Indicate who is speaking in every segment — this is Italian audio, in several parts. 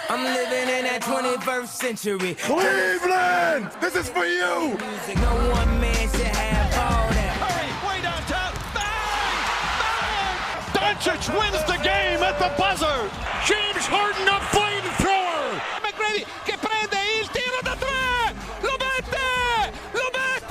Speaker 1: I'm living in that 21st century.
Speaker 2: Cleveland, this is for you.
Speaker 1: No one man should have all that.
Speaker 3: Hurry, way downtown. Bang! Bang! Doncic wins the game at the buzzer. James Harden, a flamethrower. McGrady che prende il tiro da tre. Lo mette! Lo mette!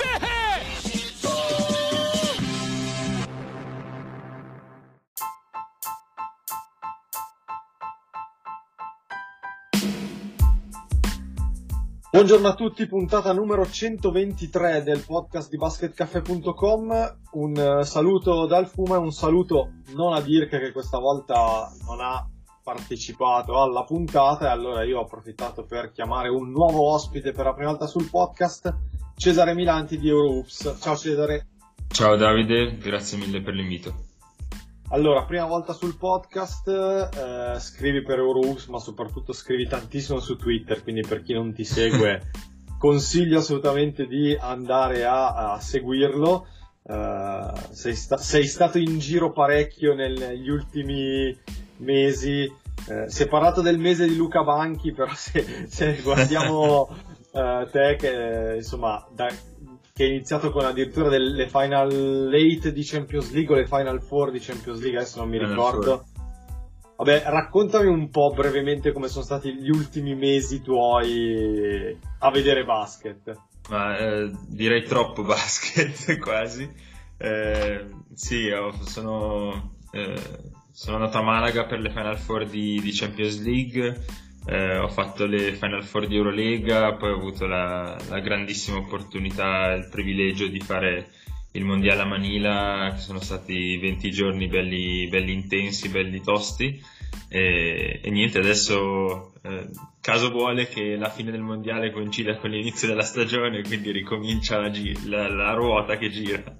Speaker 4: Buongiorno a tutti, puntata numero 123 del podcast di basketcaffè.com. Un saluto dal Fuma e un saluto non a Dirk, che questa volta non ha partecipato alla puntata, e allora io ho approfittato per chiamare un nuovo ospite per la prima volta sul podcast, Cesare Milanti di Eurohoops. Ciao Cesare.
Speaker 5: Ciao Davide, grazie mille per l'invito.
Speaker 4: Allora, prima volta sul podcast, scrivi per Eurohoops, ma soprattutto scrivi tantissimo su Twitter, quindi per chi non ti segue consiglio assolutamente di andare a seguirlo. Sei stato in giro parecchio negli ultimi mesi, si è parlato del mese di Luca Banchi, però se guardiamo te che insomma che è iniziato con addirittura delle Final 8 di Champions League o le Final 4 di Champions League, adesso non mi ricordo. Vabbè, raccontami un po' brevemente come sono stati gli ultimi mesi tuoi a vedere basket.
Speaker 5: Direi troppo basket, quasi. Sì, sono andato a Malaga per le Final 4 di Champions League. Ho fatto le Final Four di Eurolega, poi ho avuto la grandissima opportunità e il privilegio di fare il mondiale a Manila, che sono stati 20 giorni belli intensi, belli tosti, e niente, adesso caso vuole che la fine del mondiale coincida con l'inizio della stagione, quindi ricomincia la ruota che gira.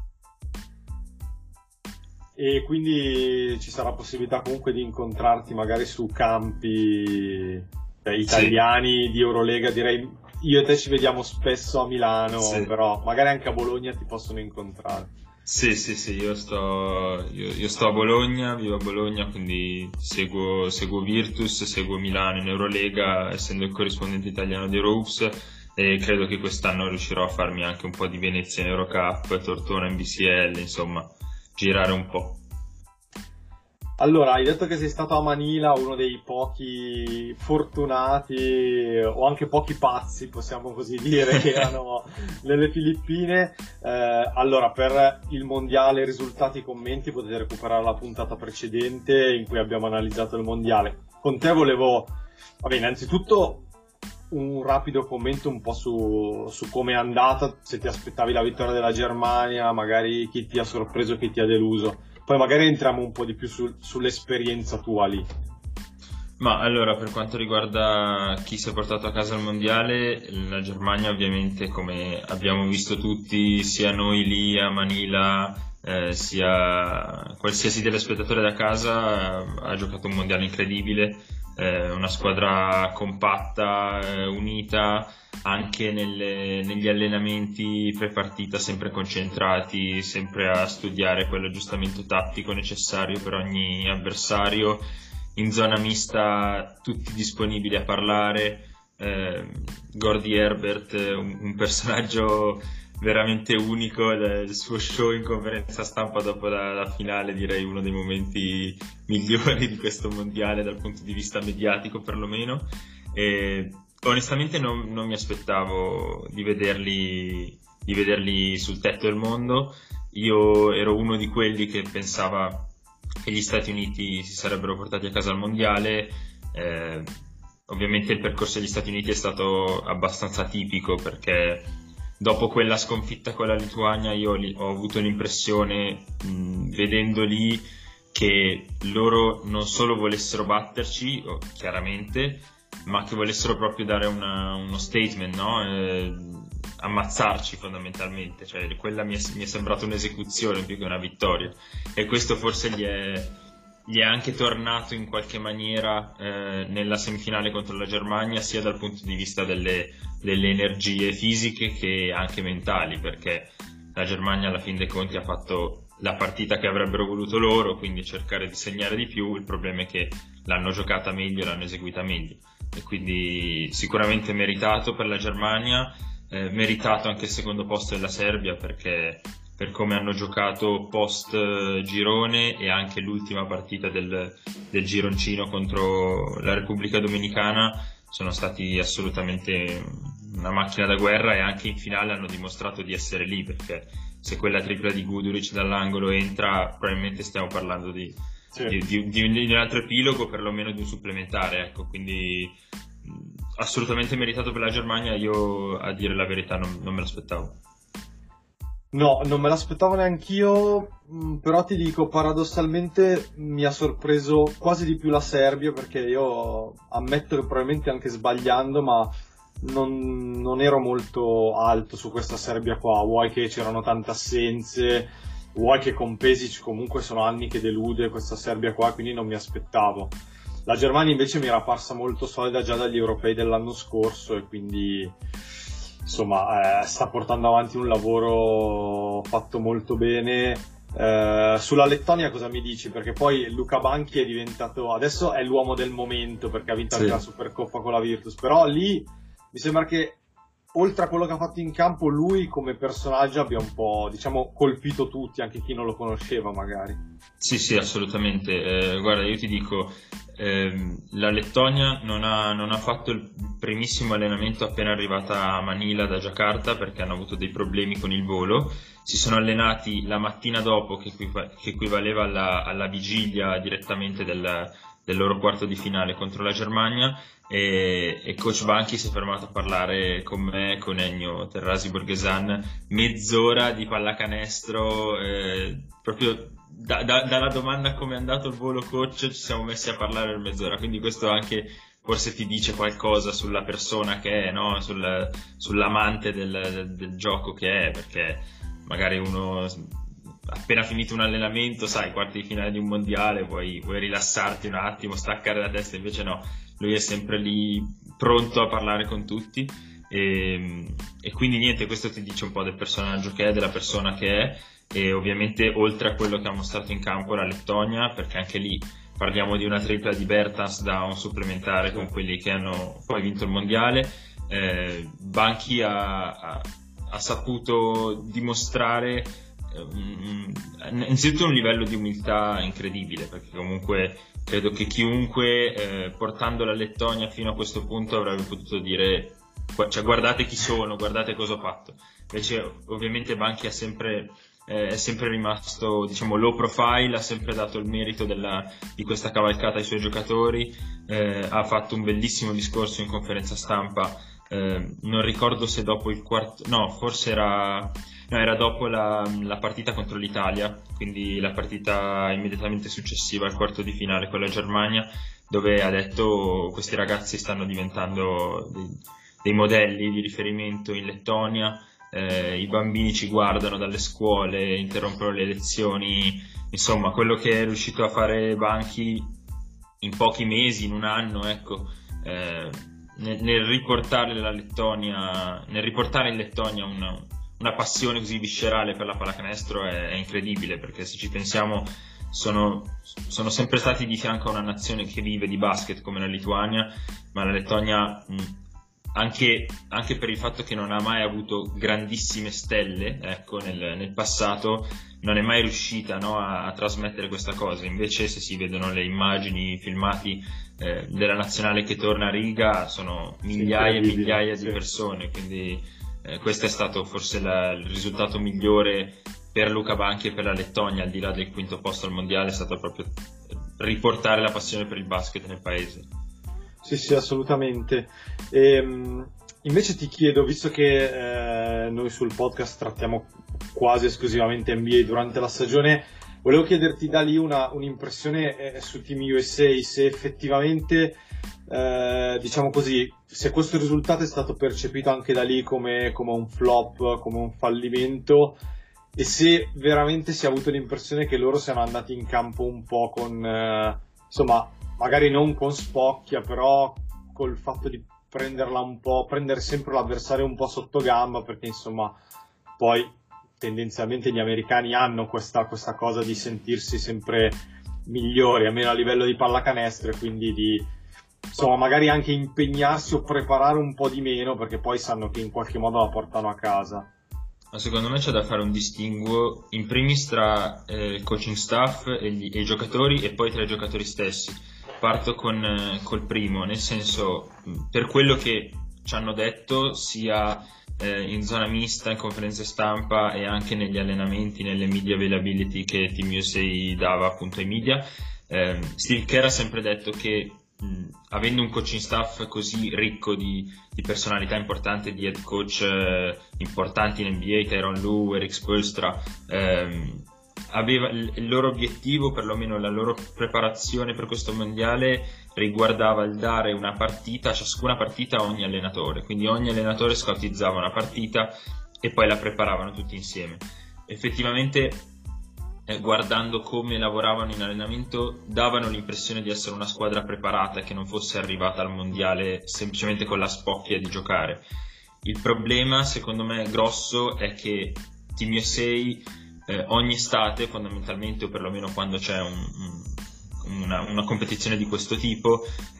Speaker 4: E quindi ci sarà possibilità comunque di incontrarti magari su campi italiani, sì, di Eurolega. Direi io e te ci vediamo spesso a Milano, sì, però magari anche a Bologna ti possono incontrare.
Speaker 5: Sì, io sto a Bologna, vivo a Bologna, quindi seguo Virtus, seguo Milano in Eurolega, essendo il corrispondente italiano di Eurohoops, e credo che quest'anno riuscirò a farmi anche un po' di Venezia in Eurocup, Tortona in BCL, insomma girare un po'.
Speaker 4: Allora, hai detto che sei stato a Manila, uno dei pochi fortunati o anche pochi pazzi, possiamo così dire, che erano nelle Filippine. Allora, per il mondiale risultati e commenti potete recuperare la puntata precedente in cui abbiamo analizzato il mondiale. Con te volevo, innanzitutto un rapido commento un po' su come è andata, se ti aspettavi la vittoria della Germania, magari chi ti ha sorpreso, chi ti ha deluso. Poi magari entriamo un po' di più sull'esperienza tua lì.
Speaker 5: Ma allora, per quanto riguarda chi si è portato a casa il mondiale, la Germania ovviamente, come abbiamo visto tutti, sia noi lì a Manila, sia qualsiasi telespettatore da casa, ha giocato un mondiale incredibile. Una squadra compatta, unita, anche negli allenamenti pre-partita, sempre concentrati, sempre a studiare quell'aggiustamento tattico necessario per ogni avversario. In zona mista tutti disponibili a parlare. Gordy Herbert, un personaggio veramente unico, il suo show in conferenza stampa dopo la finale, direi uno dei momenti migliori di questo mondiale dal punto di vista mediatico perlomeno, e onestamente non mi aspettavo di vederli sul tetto del mondo. Io ero uno di quelli che pensava che gli Stati Uniti si sarebbero portati a casa al mondiale. Ovviamente il percorso degli Stati Uniti è stato abbastanza atipico, perché dopo quella sconfitta con la Lituania io ho avuto l'impressione, vedendo lì, che loro non solo volessero batterci, chiaramente, ma che volessero proprio dare uno statement, no? Ammazzarci fondamentalmente, cioè quella mi è sembrata un'esecuzione più che una vittoria, e questo forse gli è anche tornato in qualche maniera nella semifinale contro la Germania, sia dal punto di vista delle energie fisiche che anche mentali, perché la Germania alla fin dei conti ha fatto la partita che avrebbero voluto loro, quindi cercare di segnare di più. Il problema è che l'hanno giocata meglio, l'hanno eseguita meglio, e quindi sicuramente meritato per la Germania, meritato anche il secondo posto della Serbia, perché per come hanno giocato post girone e anche l'ultima partita del gironcino contro la Repubblica Dominicana sono stati assolutamente una macchina da guerra, e anche in finale hanno dimostrato di essere lì, perché se quella tripla di Guduric dall'angolo entra, probabilmente stiamo parlando di un altro epilogo, perlomeno di un supplementare, ecco. Quindi assolutamente meritato per la Germania. Io, a dire la verità, non me l'aspettavo.
Speaker 4: No, non me l'aspettavo neanch'io, però ti dico, paradossalmente mi ha sorpreso quasi di più la Serbia, perché io ammetto che probabilmente anche sbagliando, ma non ero molto alto su questa Serbia qua. Vuoi che c'erano tante assenze, vuoi che con Pesic comunque sono anni che delude questa Serbia qua, quindi non mi aspettavo. La Germania invece mi era parsa molto solida già dagli europei dell'anno scorso, e quindi insomma sta portando avanti un lavoro fatto molto bene. Sulla Lettonia cosa mi dici? Perché poi Luka Banchi è diventato, adesso è l'uomo del momento, perché ha vinto anche la Supercoppa con la Virtus, però lì mi sembra che oltre a quello che ha fatto in campo, lui come personaggio abbia un po', diciamo, colpito tutti, anche chi non lo conosceva magari.
Speaker 5: Sì, assolutamente. Guarda, io ti dico, la Lettonia non ha fatto il primissimo allenamento appena arrivata a Manila da Giacarta, perché hanno avuto dei problemi con il volo. Si sono allenati la mattina dopo, che equivaleva alla vigilia direttamente del loro quarto di finale contro la Germania, e coach Banchi si è fermato a parlare con me, con Ennio Terrasi Borghesan, mezz'ora di pallacanestro, proprio dalla domanda come è andato il volo coach ci siamo messi a parlare per mezz'ora. Quindi questo anche forse ti dice qualcosa sulla persona che è, no? Sull'amante del gioco che è, perché magari uno appena finito un allenamento, sai, quarti di finale di un mondiale, vuoi rilassarti un attimo, staccare la testa, invece no, lui è sempre lì pronto a parlare con tutti, e quindi niente, questo ti dice un po' del personaggio che è, della persona che è, e ovviamente oltre a quello che ha mostrato in campo la Lettonia, perché anche lì parliamo di una tripla di Bertans da un supplementare con quelli che hanno poi vinto il mondiale. Banchi ha saputo dimostrare innanzitutto un livello di umiltà incredibile, perché comunque credo che chiunque portando la Lettonia fino a questo punto avrebbe potuto dire, cioè, guardate chi sono, guardate cosa ho fatto. Invece ovviamente Banchi è sempre rimasto, diciamo, low profile, ha sempre dato il merito di questa cavalcata ai suoi giocatori, ha fatto un bellissimo discorso in conferenza stampa, non ricordo se dopo il quarto, no, forse era dopo la partita contro l'Italia, quindi la partita immediatamente successiva al quarto di finale con la Germania, dove ha detto: questi ragazzi stanno diventando dei modelli di riferimento in Lettonia, i bambini ci guardano dalle scuole, interrompono le lezioni. Insomma, quello che è riuscito a fare Banchi in pochi mesi, in un anno, ecco, nel riportare in Lettonia una passione così viscerale per la pallacanestro è incredibile, perché se ci pensiamo sono sempre stati di fianco a una nazione che vive di basket come la Lituania, ma la Lettonia, anche per il fatto che non ha mai avuto grandissime stelle, ecco, nel passato, non è mai riuscita, no, a trasmettere questa cosa. Invece se si vedono le immagini, i filmati della nazionale che torna a Riga, sono migliaia e migliaia di persone, quindi questo è stato forse il risultato migliore per Luka Banchi e per la Lettonia, al di là del quinto posto al mondiale, è stato proprio riportare la passione per il basket nel paese.
Speaker 4: Sì, assolutamente. Invece ti chiedo, visto che noi sul podcast trattiamo quasi esclusivamente NBA durante la stagione, volevo chiederti da lì un'impressione su Team USA, se effettivamente, diciamo così, se questo risultato è stato percepito anche da lì come un flop, come un fallimento, e se veramente si è avuto l'impressione che loro siano andati in campo un po' con, insomma, magari non con spocchia, però col fatto di prendere sempre l'avversario un po' sotto gamba, perché insomma poi tendenzialmente gli americani hanno questa cosa di sentirsi sempre migliori, almeno a livello di pallacanestro, e quindi di insomma magari anche impegnarsi o preparare un po' di meno, perché poi sanno che in qualche modo la portano a casa.
Speaker 5: Ma secondo me c'è da fare un distinguo in primis tra il coaching staff e i giocatori, e poi tra i giocatori stessi. Parto col primo, nel senso, per quello che ci hanno detto sia in zona mista, in conferenze stampa e anche negli allenamenti, nelle media availability che Team USA dava appunto ai media, Steve Kerr ha sempre detto che avendo un coaching staff così ricco di personalità importanti, di head coach importanti in NBA, Tyronn Lue, Erik Spoelstra, aveva il loro obiettivo, perlomeno la loro preparazione per questo mondiale, riguardava il dare una partita, ciascuna partita a ogni allenatore, quindi ogni allenatore scoutizzava una partita e poi la preparavano tutti insieme. Effettivamente, guardando come lavoravano in allenamento, davano l'impressione di essere una squadra preparata, che non fosse arrivata al mondiale semplicemente con la spocchia di giocare. Il problema, secondo me, grosso è che Team USA ogni estate, fondamentalmente, o perlomeno quando c'è una competizione di questo tipo,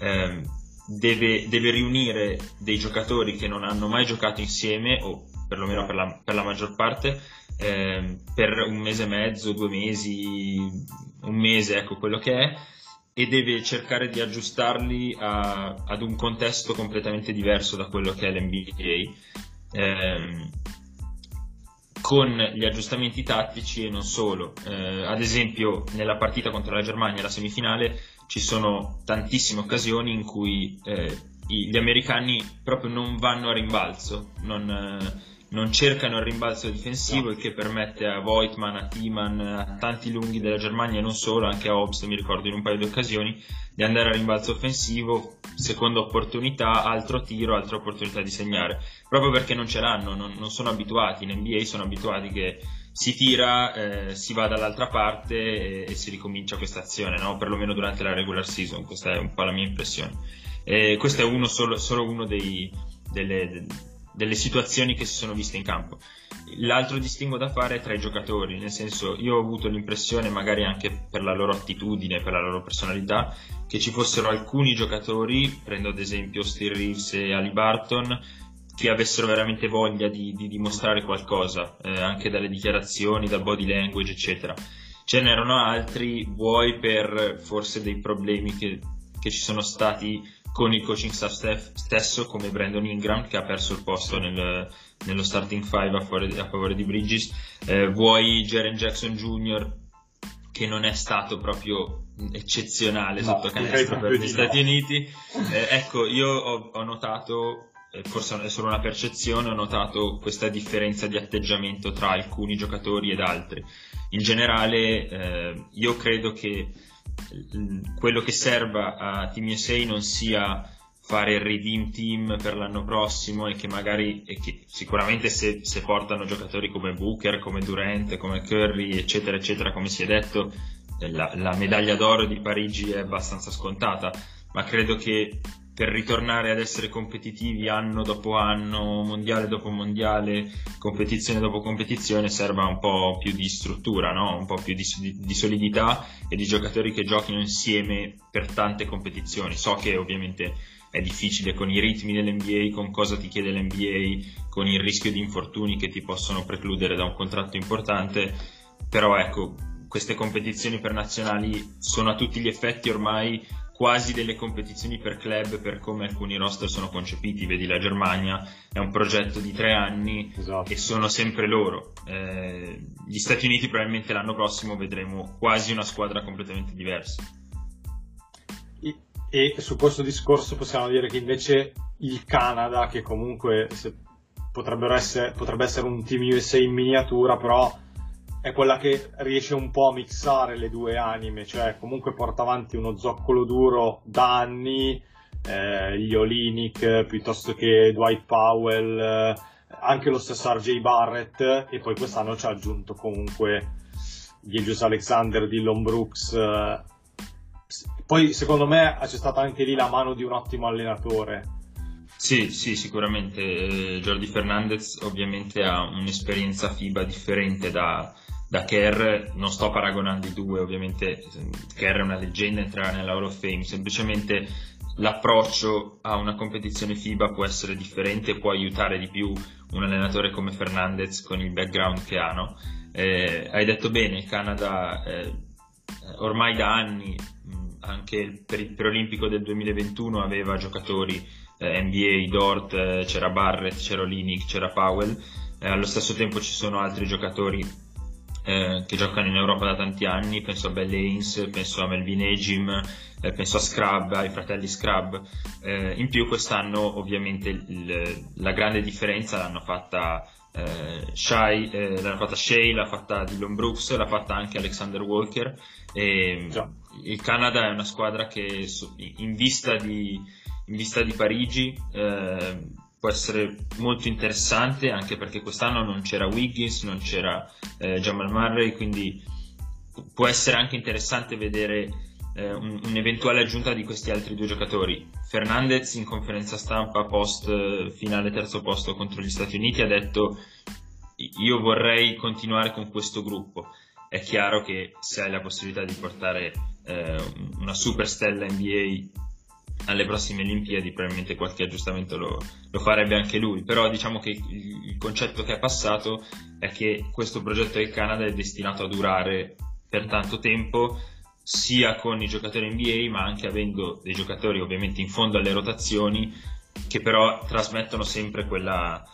Speaker 5: deve riunire dei giocatori che non hanno mai giocato insieme, o perlomeno per la maggior parte, per un mese e mezzo, 2 mesi, un mese, ecco quello che è, e deve cercare di aggiustarli ad un contesto completamente diverso da quello che è l'NBA, con gli aggiustamenti tattici e non solo. Ad esempio, nella partita contro la Germania, la semifinale, ci sono tantissime occasioni in cui gli americani proprio non vanno a rimbalzo, non cercano il rimbalzo difensivo, il che permette a Voigtman, a Thiemann, a tanti lunghi della Germania e non solo, anche a Obst, mi ricordo in un paio di occasioni, di andare a rimbalzo offensivo, seconda opportunità, altro tiro, altra opportunità di segnare, proprio perché non ce l'hanno, non sono abituati. In NBA sono abituati che si tira, si va dall'altra parte e si ricomincia questa azione, no? Perlomeno durante la regular season, questa è un po' la mia impressione. Questo è solo uno delle situazioni che si sono viste in campo. L'altro distinguo da fare è tra i giocatori, nel senso, io ho avuto l'impressione, magari anche per la loro attitudine, per la loro personalità, che ci fossero alcuni giocatori, prendo ad esempio Steve Reeves e Ali Barton, che avessero veramente voglia di dimostrare qualcosa, anche dalle dichiarazioni, dal body language, eccetera. Ce n'erano altri, vuoi per forse dei problemi che ci sono stati con il coaching staff stesso, come Brandon Ingram, che ha perso il posto nello starting five a favore di Bridges, vuoi Jaren Jackson Jr., che non è stato proprio eccezionale sotto canestro per gli Stati Uniti. Ecco, io ho notato, forse è solo una percezione, ho notato questa differenza di atteggiamento tra alcuni giocatori ed altri. In generale, io credo che quello che serva a Team USA non sia fare il redeem team per l'anno prossimo, e che sicuramente se portano giocatori come Booker, come Durant, come Curry, eccetera eccetera, come si è detto, la medaglia d'oro di Parigi è abbastanza scontata, ma credo che per ritornare ad essere competitivi anno dopo anno, mondiale dopo mondiale, competizione dopo competizione, serva un po' più di struttura, no? Un po' più di solidità e di giocatori che giochino insieme per tante competizioni. So che ovviamente è difficile con i ritmi dell'NBA, con cosa ti chiede l'NBA, con il rischio di infortuni che ti possono precludere da un contratto importante, però ecco, queste competizioni per nazionali sono a tutti gli effetti ormai quasi delle competizioni per club, per come alcuni roster sono concepiti. Vedi la Germania, è un progetto di 3 anni, esatto, e sono sempre loro. Gli Stati Uniti probabilmente l'anno prossimo vedremo quasi una squadra completamente diversa.
Speaker 4: E su questo discorso possiamo dire che invece il Canada, che comunque potrebbe essere un Team USA in miniatura, però è quella che riesce un po' a mixare le due anime, cioè comunque porta avanti uno zoccolo duro da anni, gli Olynyk piuttosto che Dwight Powell, anche lo stesso RJ Barrett, e poi quest'anno ci ha aggiunto comunque Gilgeous Alexander, Dillon Brooks. Poi secondo me c'è stata anche lì la mano di un ottimo allenatore,
Speaker 5: Sì, sicuramente. Jordi Fernandez ovviamente ha un'esperienza FIBA differente da Kerr. Non sto paragonando i due, ovviamente Kerr è una leggenda, entrerà nella Hall of Fame, semplicemente l'approccio a una competizione FIBA può essere differente, può aiutare di più un allenatore come Fernandez con il background che ha, no? Hai detto bene, il Canada ormai da anni, anche per il preolimpico del 2021 aveva giocatori NBA, Dort, c'era Barrett, c'era Olynyk, c'era Powell, allo stesso tempo ci sono altri giocatori che giocano in Europa da tanti anni, penso a Bell Haynes, penso a Melvin Ejim, penso a Scrub, ai fratelli Scrub. In più quest'anno ovviamente la grande differenza l'hanno fatta Shai, l'ha fatta Dillon Brooks, l'ha fatta anche Alexander Walker, e il Canada è una squadra che in vista di Parigi può essere molto interessante, anche perché quest'anno non c'era Wiggins, non c'era Jamal Murray, quindi può essere anche interessante vedere un'eventuale aggiunta di questi altri due giocatori. Fernandez in conferenza stampa post finale terzo posto contro gli Stati Uniti ha detto: io vorrei continuare con questo gruppo. È chiaro che se hai la possibilità di portare una super stella NBA alle prossime Olimpiadi, probabilmente qualche aggiustamento lo farebbe anche lui, però diciamo che il concetto che è passato è che questo progetto del Canada è destinato a durare per tanto tempo, sia con i giocatori NBA ma anche avendo dei giocatori ovviamente in fondo alle rotazioni che però trasmettono sempre quella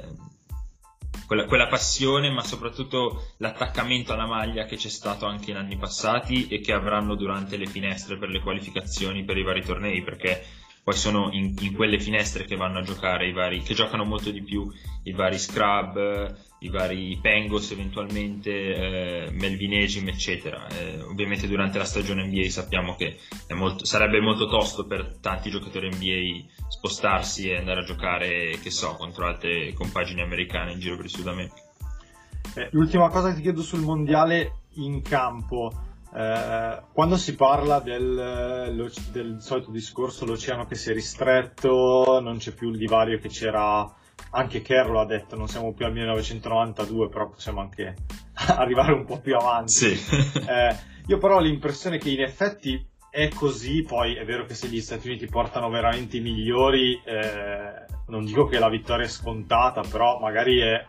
Speaker 5: passione, ma soprattutto l'attaccamento alla maglia che c'è stato anche in anni passati e che avranno durante le finestre per le qualificazioni per i vari tornei, perché poi sono in quelle finestre che vanno a giocare che giocano molto di più i vari Scrub, i vari Pengos eventualmente, Melvin Ejim eccetera. Ovviamente durante la stagione NBA sappiamo che sarebbe molto tosto per tanti giocatori NBA spostarsi e andare a giocare, che so, contro altre compagini americane in giro per il Sud America.
Speaker 4: L'ultima cosa che ti chiedo sul mondiale in campo, quando si parla del solito discorso, l'oceano che si è ristretto, non c'è più il divario che c'era, anche Kerr lo ha detto, non siamo più al 1992, però possiamo anche arrivare un po' più avanti.
Speaker 5: Sì.
Speaker 4: Io però ho l'impressione che in effetti è così. Poi è vero che se gli Stati Uniti portano veramente i migliori, non dico che la vittoria è scontata, però magari è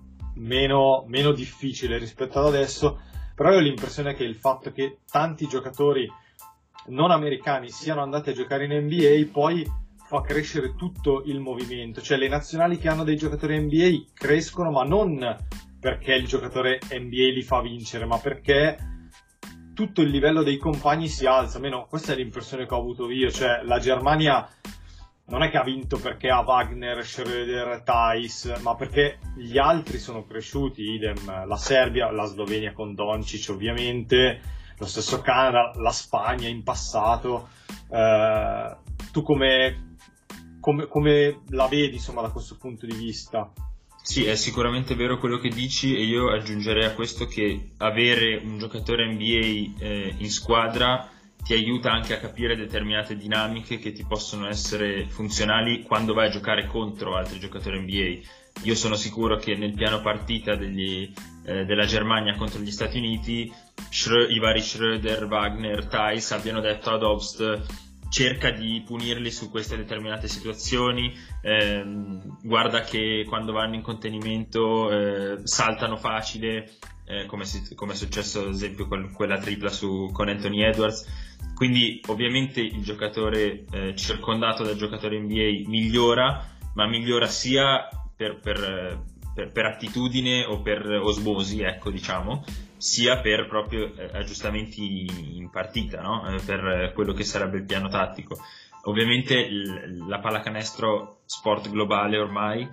Speaker 4: meno difficile rispetto ad adesso. Però io ho l'impressione che il fatto che tanti giocatori non americani siano andati a giocare in NBA poi fa crescere tutto il movimento, cioè le nazionali che hanno dei giocatori NBA crescono, ma non perché il giocatore NBA li fa vincere, ma perché tutto il livello dei compagni si alza. Almeno questa è l'impressione che ho avuto io, cioè la Germania non è che ha vinto perché ha Wagner, Schröder, Theis, ma perché gli altri sono cresciuti, idem la Serbia, la Slovenia con Doncic ovviamente, lo stesso Canada, la Spagna in passato. Tu come la vedi, insomma, da questo punto di vista?
Speaker 5: Sì, è sicuramente vero quello che dici, e io aggiungerei a questo che avere un giocatore NBA in squadra ti aiuta anche a capire determinate dinamiche che ti possono essere funzionali quando vai a giocare contro altri giocatori NBA. Io sono sicuro che nel piano partita della Germania contro gli Stati Uniti i vari Schröder, Wagner, Theis abbiano detto ad Obst: cerca di punirli su queste determinate situazioni, guarda che quando vanno in contenimento saltano facile, come è successo ad esempio con quella tripla con Anthony Edwards. Quindi ovviamente il giocatore circondato dal giocatore NBA migliora, ma migliora sia per attitudine o per osmosi, ecco, diciamo, sia per proprio aggiustamenti in partita, no? Per quello che sarebbe il piano tattico. Ovviamente la pallacanestro sport globale ormai,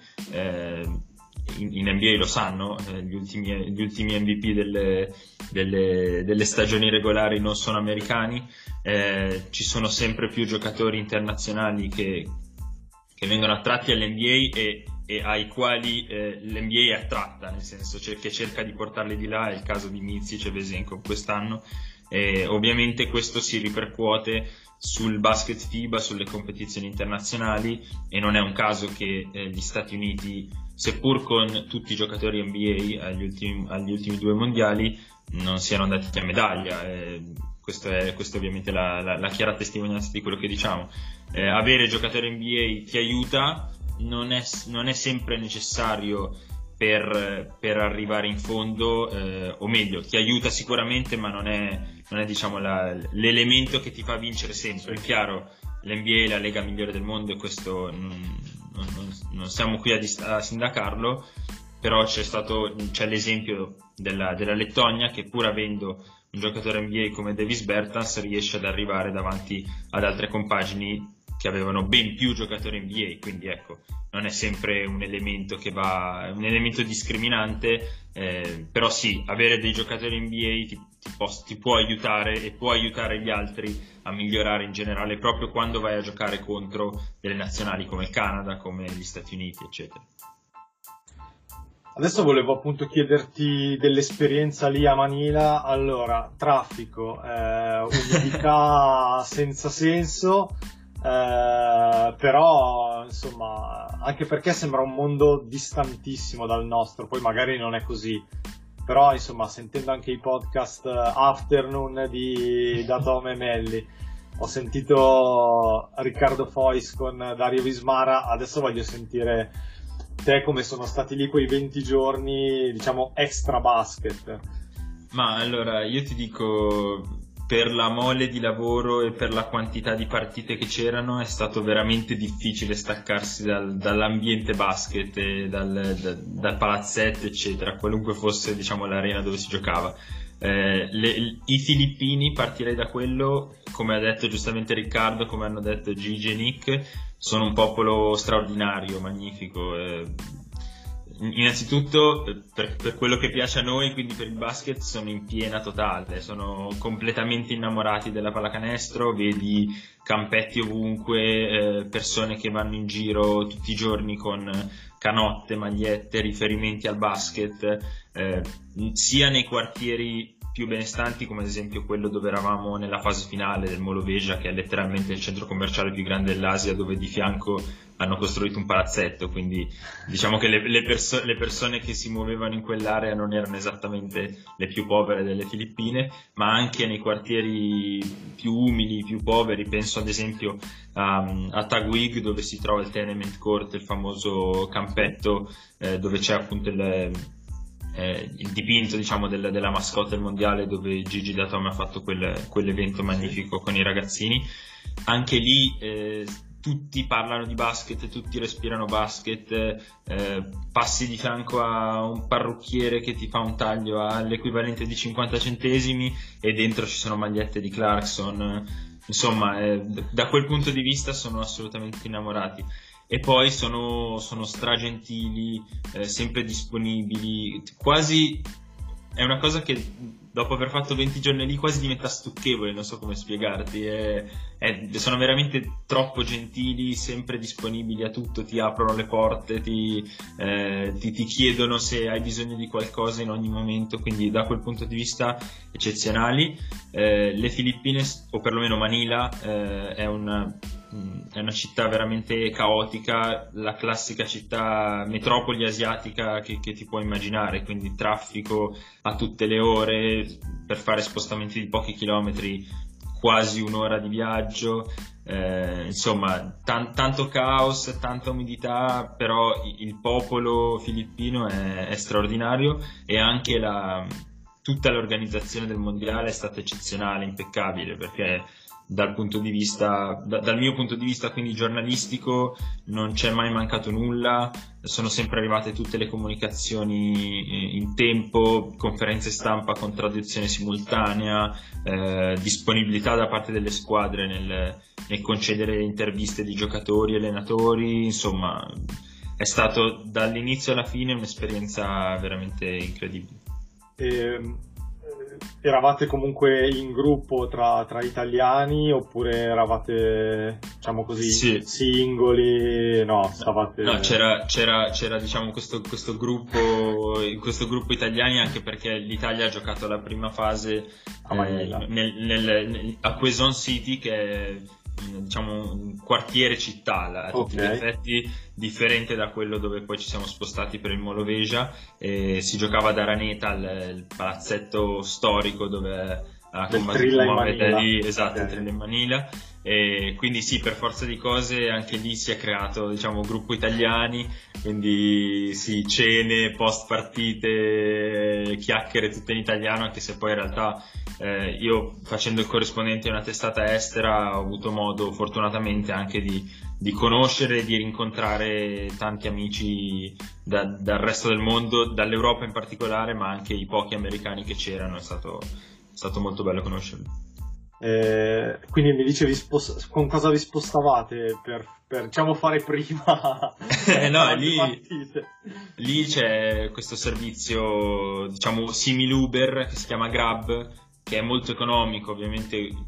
Speaker 5: in NBA lo sanno, gli ultimi MVP delle stagioni regolari non sono americani, ci sono sempre più giocatori internazionali che vengono attratti all'NBA e ai quali l'NBA è attratta, nel senso che cerca di portarli di là. È il caso di Micic e Vesenkov quest'anno, e ovviamente questo si ripercuote sul basket FIBA, sulle competizioni internazionali, e non è un caso che gli Stati Uniti, seppur con tutti i giocatori NBA agli ultimi 2 mondiali, non siano andati a medaglia. Questo è ovviamente la chiara testimonianza di quello che diciamo. Avere giocatori NBA ti aiuta, non è sempre necessario per arrivare in fondo, o meglio, ti aiuta sicuramente, ma non è diciamo l'elemento che ti fa vincere sempre. È chiaro, l'NBA è la lega migliore del mondo, e questo non siamo qui a sindacarlo, però c'è l'esempio della Lettonia, che pur avendo un giocatore NBA come Davis Bertans riesce ad arrivare davanti ad altre compagini che avevano ben più giocatori NBA, quindi ecco, non è sempre un elemento un elemento discriminante, però sì, avere dei giocatori NBA ti può aiutare, e può aiutare gli altri a migliorare in generale, proprio quando vai a giocare contro delle nazionali come il Canada, come gli Stati Uniti, eccetera.
Speaker 4: Adesso volevo appunto chiederti dell'esperienza lì a Manila. Allora, traffico, umidità senza senso, però insomma, anche perché sembra un mondo distantissimo dal nostro, poi magari non è così, però insomma, sentendo anche i podcast Afternoon di Tom Melli, ho sentito Riccardo Fois con Dario Vismara, adesso voglio sentire te come sono stati lì quei 20 giorni, diciamo, extra basket.
Speaker 5: Ma allora, io ti dico, per la mole di lavoro e per la quantità di partite che c'erano, è stato veramente difficile staccarsi dall'ambiente basket e dal palazzetto, eccetera, qualunque fosse, diciamo, l'arena dove si giocava. I filippini, partirei da quello, come ha detto giustamente Riccardo, come hanno detto Gigi e Nick, sono un popolo straordinario, magnifico. Innanzitutto per quello che piace a noi, quindi per il basket, sono in piena totale, sono completamente innamorati della pallacanestro, vedi campetti ovunque, persone che vanno in giro tutti i giorni con canotte, magliette, riferimenti al basket, sia nei quartieri più benestanti, come ad esempio quello dove eravamo nella fase finale del Molo Veja, che è letteralmente il centro commerciale più grande dell'Asia, dove di fianco hanno costruito un palazzetto, quindi diciamo che le persone che si muovevano in quell'area non erano esattamente le più povere delle Filippine, ma anche nei quartieri più umili, più poveri. Penso ad esempio a Taguig, dove si trova il Tenement Court, il famoso campetto dove c'è appunto il dipinto, diciamo, della mascotte del mondiale, dove Gigi D'Antoni ha fatto quell'evento magnifico con i ragazzini. Anche lì tutti parlano di basket, tutti respirano basket, passi di fianco a un parrucchiere che ti fa un taglio all'equivalente di 50 centesimi e dentro ci sono magliette di Clarkson. Insomma, da quel punto di vista sono assolutamente innamorati. E poi sono stragentili, sempre disponibili, quasi è una cosa che dopo aver fatto 20 giorni lì quasi diventa stucchevole, non so come spiegarti, sono veramente troppo gentili, sempre disponibili a tutto, ti aprono le porte, ti chiedono se hai bisogno di qualcosa in ogni momento, quindi da quel punto di vista eccezionali. Le Filippine, o perlomeno Manila, è una città veramente caotica, la classica città metropoli asiatica che ti puoi immaginare, quindi traffico a tutte le ore, per fare spostamenti di pochi chilometri quasi un'ora di viaggio, insomma tanto caos, tanta umidità, però il popolo filippino è straordinario, e anche tutta l'organizzazione del mondiale è stata eccezionale, impeccabile, perché dal mio punto di vista, quindi giornalistico, non c'è mai mancato nulla, sono sempre arrivate tutte le comunicazioni in tempo, conferenze stampa con traduzione simultanea, disponibilità da parte delle squadre nel concedere interviste di giocatori e allenatori. Insomma, è stato dall'inizio alla fine un'esperienza veramente incredibile.
Speaker 4: eravate comunque in gruppo tra italiani oppure eravate, diciamo così, singoli? No, stavate...
Speaker 5: No, c'era diciamo questo gruppo italiani, anche perché l'Italia ha giocato la prima fase a Quezon City, che è diciamo un quartiere città a tutti gli effetti, differente da quello dove poi ci siamo spostati per il Moloveja, e si giocava ad Araneta, il palazzetto storico dove ha combattuto Muhammad Ali, esatto, il Trilla in Manila, e quindi sì, per forza di cose anche lì si è creato, diciamo, gruppo italiani, quindi sì, cene, post partite, chiacchiere tutte in italiano, anche se poi in realtà io, facendo il corrispondente in una testata estera, ho avuto modo fortunatamente anche di conoscere e di rincontrare tanti amici dal resto del mondo, dall'Europa in particolare, ma anche i pochi americani che c'erano. È stato molto bello conoscerli.
Speaker 4: Quindi mi dicevi con cosa vi spostavate per diciamo fare prima?
Speaker 5: No, lì c'è questo servizio, diciamo, simile Uber, che si chiama Grab, che è molto economico, ovviamente i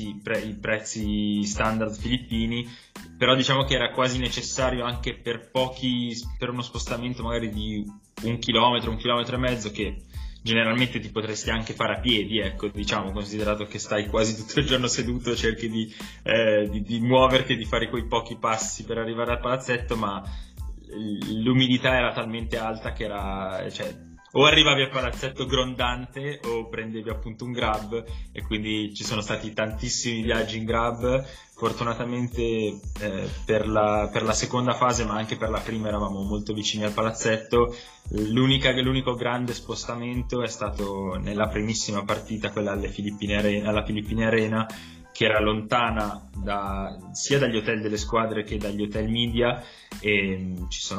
Speaker 5: prezzi standard filippini, però diciamo che era quasi necessario anche per uno spostamento magari di 1 chilometro, 1,5 chilometri, che generalmente ti potresti anche fare a piedi, ecco, diciamo, considerato che stai quasi tutto il giorno seduto, cerchi di muoverti e di fare quei pochi passi per arrivare al palazzetto, ma l'umidità era talmente alta che o arrivavi al palazzetto grondante o prendevi appunto un Grab, e quindi ci sono stati tantissimi viaggi in Grab. Fortunatamente per la seconda fase, ma anche per la prima, eravamo molto vicini al palazzetto. L'unico grande spostamento è stato nella primissima partita, quella alla Filippine Arena, che era lontana sia dagli hotel delle squadre che dagli hotel media, e ci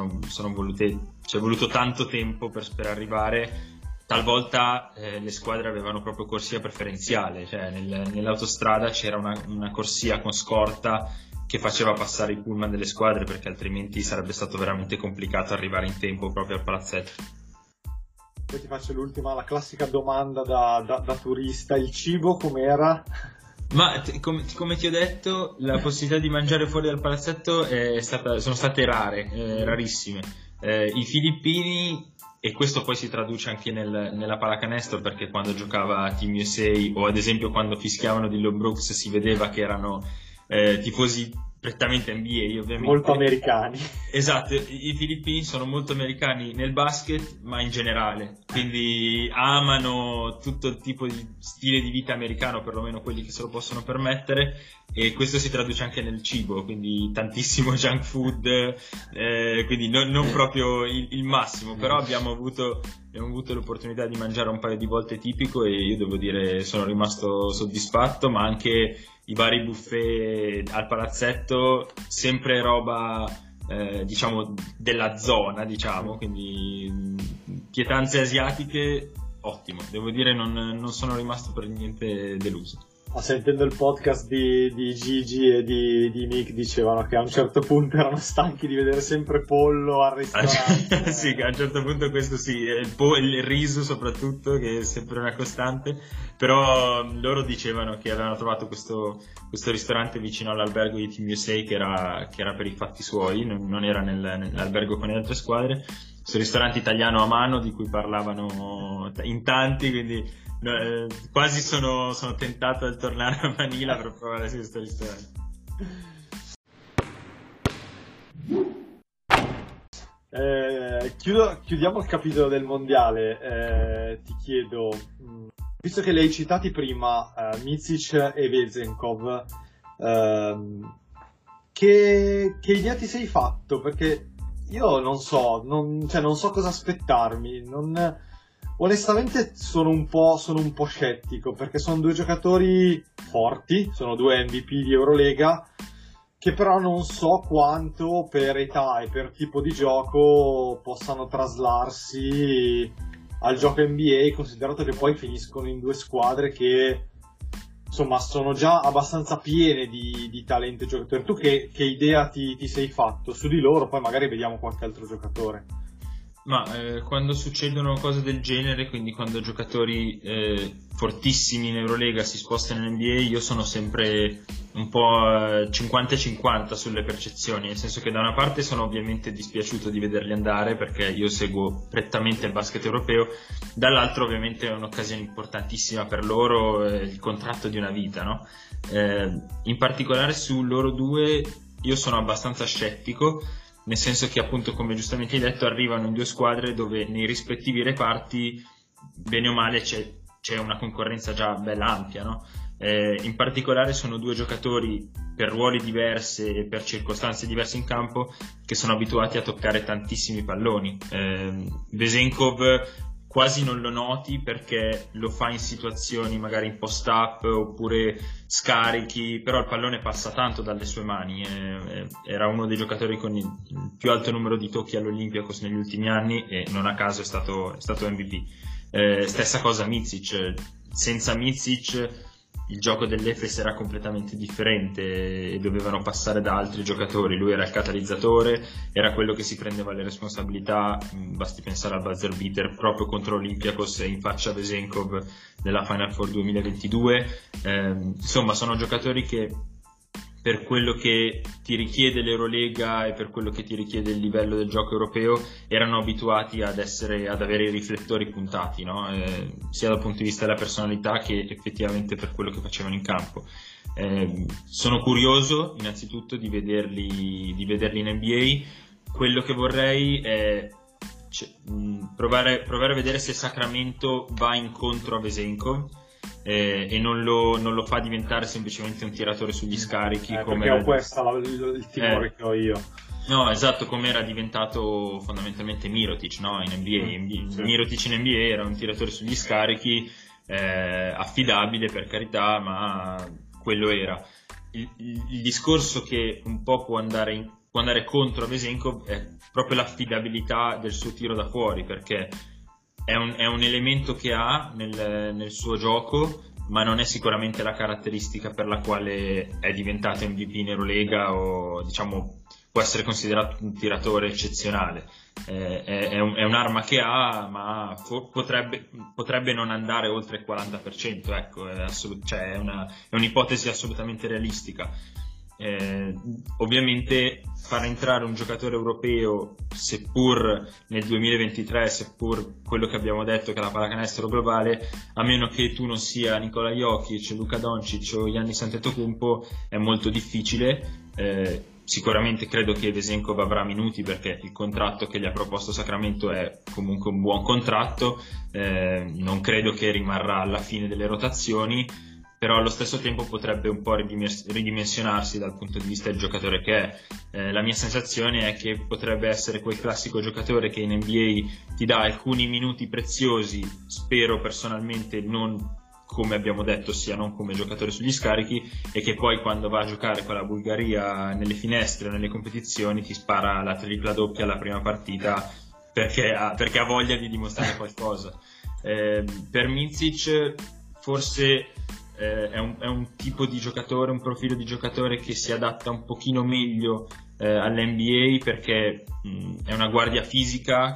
Speaker 5: è voluto tanto tempo per arrivare. Talvolta le squadre avevano proprio corsia preferenziale, cioè nell'autostrada c'era una corsia con scorta che faceva passare i pullman delle squadre, perché altrimenti sarebbe stato veramente complicato arrivare in tempo proprio al palazzetto.
Speaker 4: Poi ti faccio la classica domanda da turista: il cibo com'era?
Speaker 5: Ma come ti ho detto, la possibilità di mangiare fuori dal palazzetto sono state rare, rarissime. I filippini, e questo poi si traduce anche nella pallacanestro, perché quando giocava Team USA, o ad esempio quando fischiavano Dillon Brooks, si vedeva che erano tifosi prettamente NBA, ovviamente.
Speaker 4: Molto americani.
Speaker 5: Esatto, i filippini sono molto americani nel basket, ma in generale, quindi amano tutto il tipo di stile di vita americano, perlomeno quelli che se lo possono permettere, e questo si traduce anche nel cibo, quindi tantissimo junk food, quindi non proprio il massimo, però abbiamo avuto l'opportunità di mangiare un paio di volte tipico, e io devo dire sono rimasto soddisfatto, ma anche i vari buffet al palazzetto, sempre roba diciamo della zona, diciamo, quindi pietanze asiatiche, ottimo, devo dire non sono rimasto per niente deluso.
Speaker 4: Sentendo il podcast di Gigi e di Nick, dicevano che a un certo punto erano stanchi di vedere sempre pollo al ristorante.
Speaker 5: Sì, a un certo punto questo sì, il riso soprattutto, che è sempre una costante, però loro dicevano che avevano trovato questo ristorante vicino all'albergo di Team USA che era per i fatti suoi, non era nell'albergo con le altre squadre, questo ristorante italiano a mano di cui parlavano in tanti, quindi quasi sono tentato a tornare a Manila per provare questo ristorante.
Speaker 4: Chiudiamo il capitolo del mondiale. Ti chiedo, visto che li hai citati prima, Micic e Vezenkov, che idea ti sei fatto? Perché io non so cosa aspettarmi. Onestamente sono un po' scettico, perché sono due giocatori forti, sono due MVP di Eurolega, che però non so quanto per età e per tipo di gioco possano traslarsi al gioco NBA, considerato che poi finiscono in due squadre che insomma sono già abbastanza piene di talento giocatori. Tu che idea ti sei fatto su di loro? Poi magari vediamo qualche altro giocatore.
Speaker 5: Ma quando succedono cose del genere, quindi quando giocatori fortissimi in Eurolega si spostano in NBA, io sono sempre un po' 50-50 sulle percezioni, nel senso che da una parte sono ovviamente dispiaciuto di vederli andare perché io seguo prettamente il basket europeo, dall'altro ovviamente è un'occasione importantissima per loro, il contratto di una vita, no? In particolare su loro due io sono abbastanza scettico, nel senso che appunto, come giustamente hai detto, arrivano in due squadre dove nei rispettivi reparti bene o male c'è una concorrenza già bella ampia, no? In particolare sono due giocatori per ruoli diversi e per circostanze diverse in campo che sono abituati a toccare tantissimi palloni. Vesenkov quasi non lo noti perché lo fa in situazioni magari in post-up oppure scarichi, però il pallone passa tanto dalle sue mani. Era uno dei giocatori con il più alto numero di tocchi all'Olympiakos negli ultimi anni e non a caso è stato MVP. Stessa cosa Micic. Senza Micic il gioco dell'Efes era completamente differente e dovevano passare da altri giocatori. Lui era il catalizzatore, era quello che si prendeva le responsabilità, basti pensare al buzzer beater proprio contro Olympiakos e in faccia a Vesenkov nella Final Four 2022. Insomma, sono giocatori che per quello che ti richiede l'Eurolega e per quello che ti richiede il livello del gioco europeo erano abituati ad avere i riflettori puntati, no? Sia dal punto di vista della personalità che effettivamente per quello che facevano in campo. Sono curioso innanzitutto di vederli in NBA. Quello che vorrei è provare a vedere se Sacramento va incontro a Vesenkov e non lo fa diventare semplicemente un tiratore sugli scarichi,
Speaker 4: perché ho il timore che ho io.
Speaker 5: No, esatto, come era diventato fondamentalmente Mirotic, no? In NBA.
Speaker 4: Sì.
Speaker 5: Mirotic in NBA era un tiratore sugli scarichi, affidabile per carità, ma quello era. Il discorso che un po' può andare contro a Vesenkov è proprio l'affidabilità del suo tiro da fuori, perché è un elemento che ha nel suo gioco, ma non è sicuramente la caratteristica per la quale è diventato MVP in Eurolega o diciamo può essere considerato un tiratore eccezionale. È un'arma che ha, ma potrebbe non andare oltre il 40%, ecco, è un'ipotesi assolutamente realistica. Ovviamente far entrare un giocatore europeo, seppur nel 2023, seppur quello che abbiamo detto che è la pallacanestro globale, a meno che tu non sia Nikola Jokic, Luka Doncic o Giannis Antetokounmpo, è molto difficile. Sicuramente credo che Vesenkov avrà minuti perché il contratto che gli ha proposto Sacramento è comunque un buon contratto, non credo che rimarrà alla fine delle rotazioni, però allo stesso tempo potrebbe un po' ridimensionarsi dal punto di vista del giocatore che è. La mia sensazione è che potrebbe essere quel classico giocatore che in NBA ti dà alcuni minuti preziosi, spero personalmente non come abbiamo detto sia non come giocatore sugli scarichi, e che poi quando va a giocare con la Bulgaria nelle finestre o nelle competizioni ti spara la tripla doppia alla prima partita perché ha voglia di dimostrare qualcosa. Per Micic forse è un tipo di giocatore, un profilo di giocatore che si adatta un pochino meglio all'NBA perché è una guardia fisica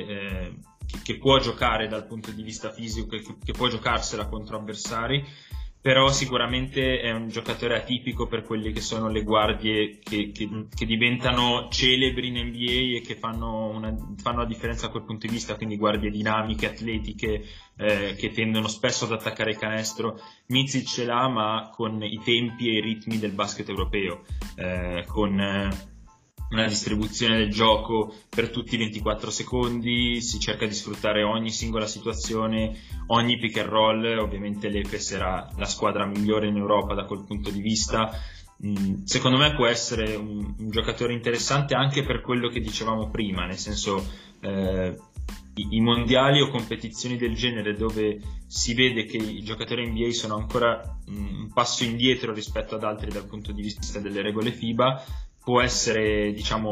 Speaker 5: che può giocare dal punto di vista fisico, che può giocarsela contro avversari, però sicuramente è un giocatore atipico per quelle che sono le guardie che diventano celebri in NBA e che fanno la differenza da quel punto di vista, quindi guardie dinamiche, atletiche, che tendono spesso ad attaccare il canestro. Micic ce l'ha, ma con i tempi e i ritmi del basket europeo, con una distribuzione del gioco per tutti i 24 secondi, si cerca di sfruttare ogni singola situazione, ogni pick and roll. Ovviamente l'Efes era la squadra migliore in Europa da quel punto di vista. Secondo me può essere un giocatore interessante anche per quello che dicevamo prima, nel senso i mondiali o competizioni del genere dove si vede che i giocatori NBA sono ancora un passo indietro rispetto ad altri dal punto di vista delle regole FIBA, può essere, diciamo,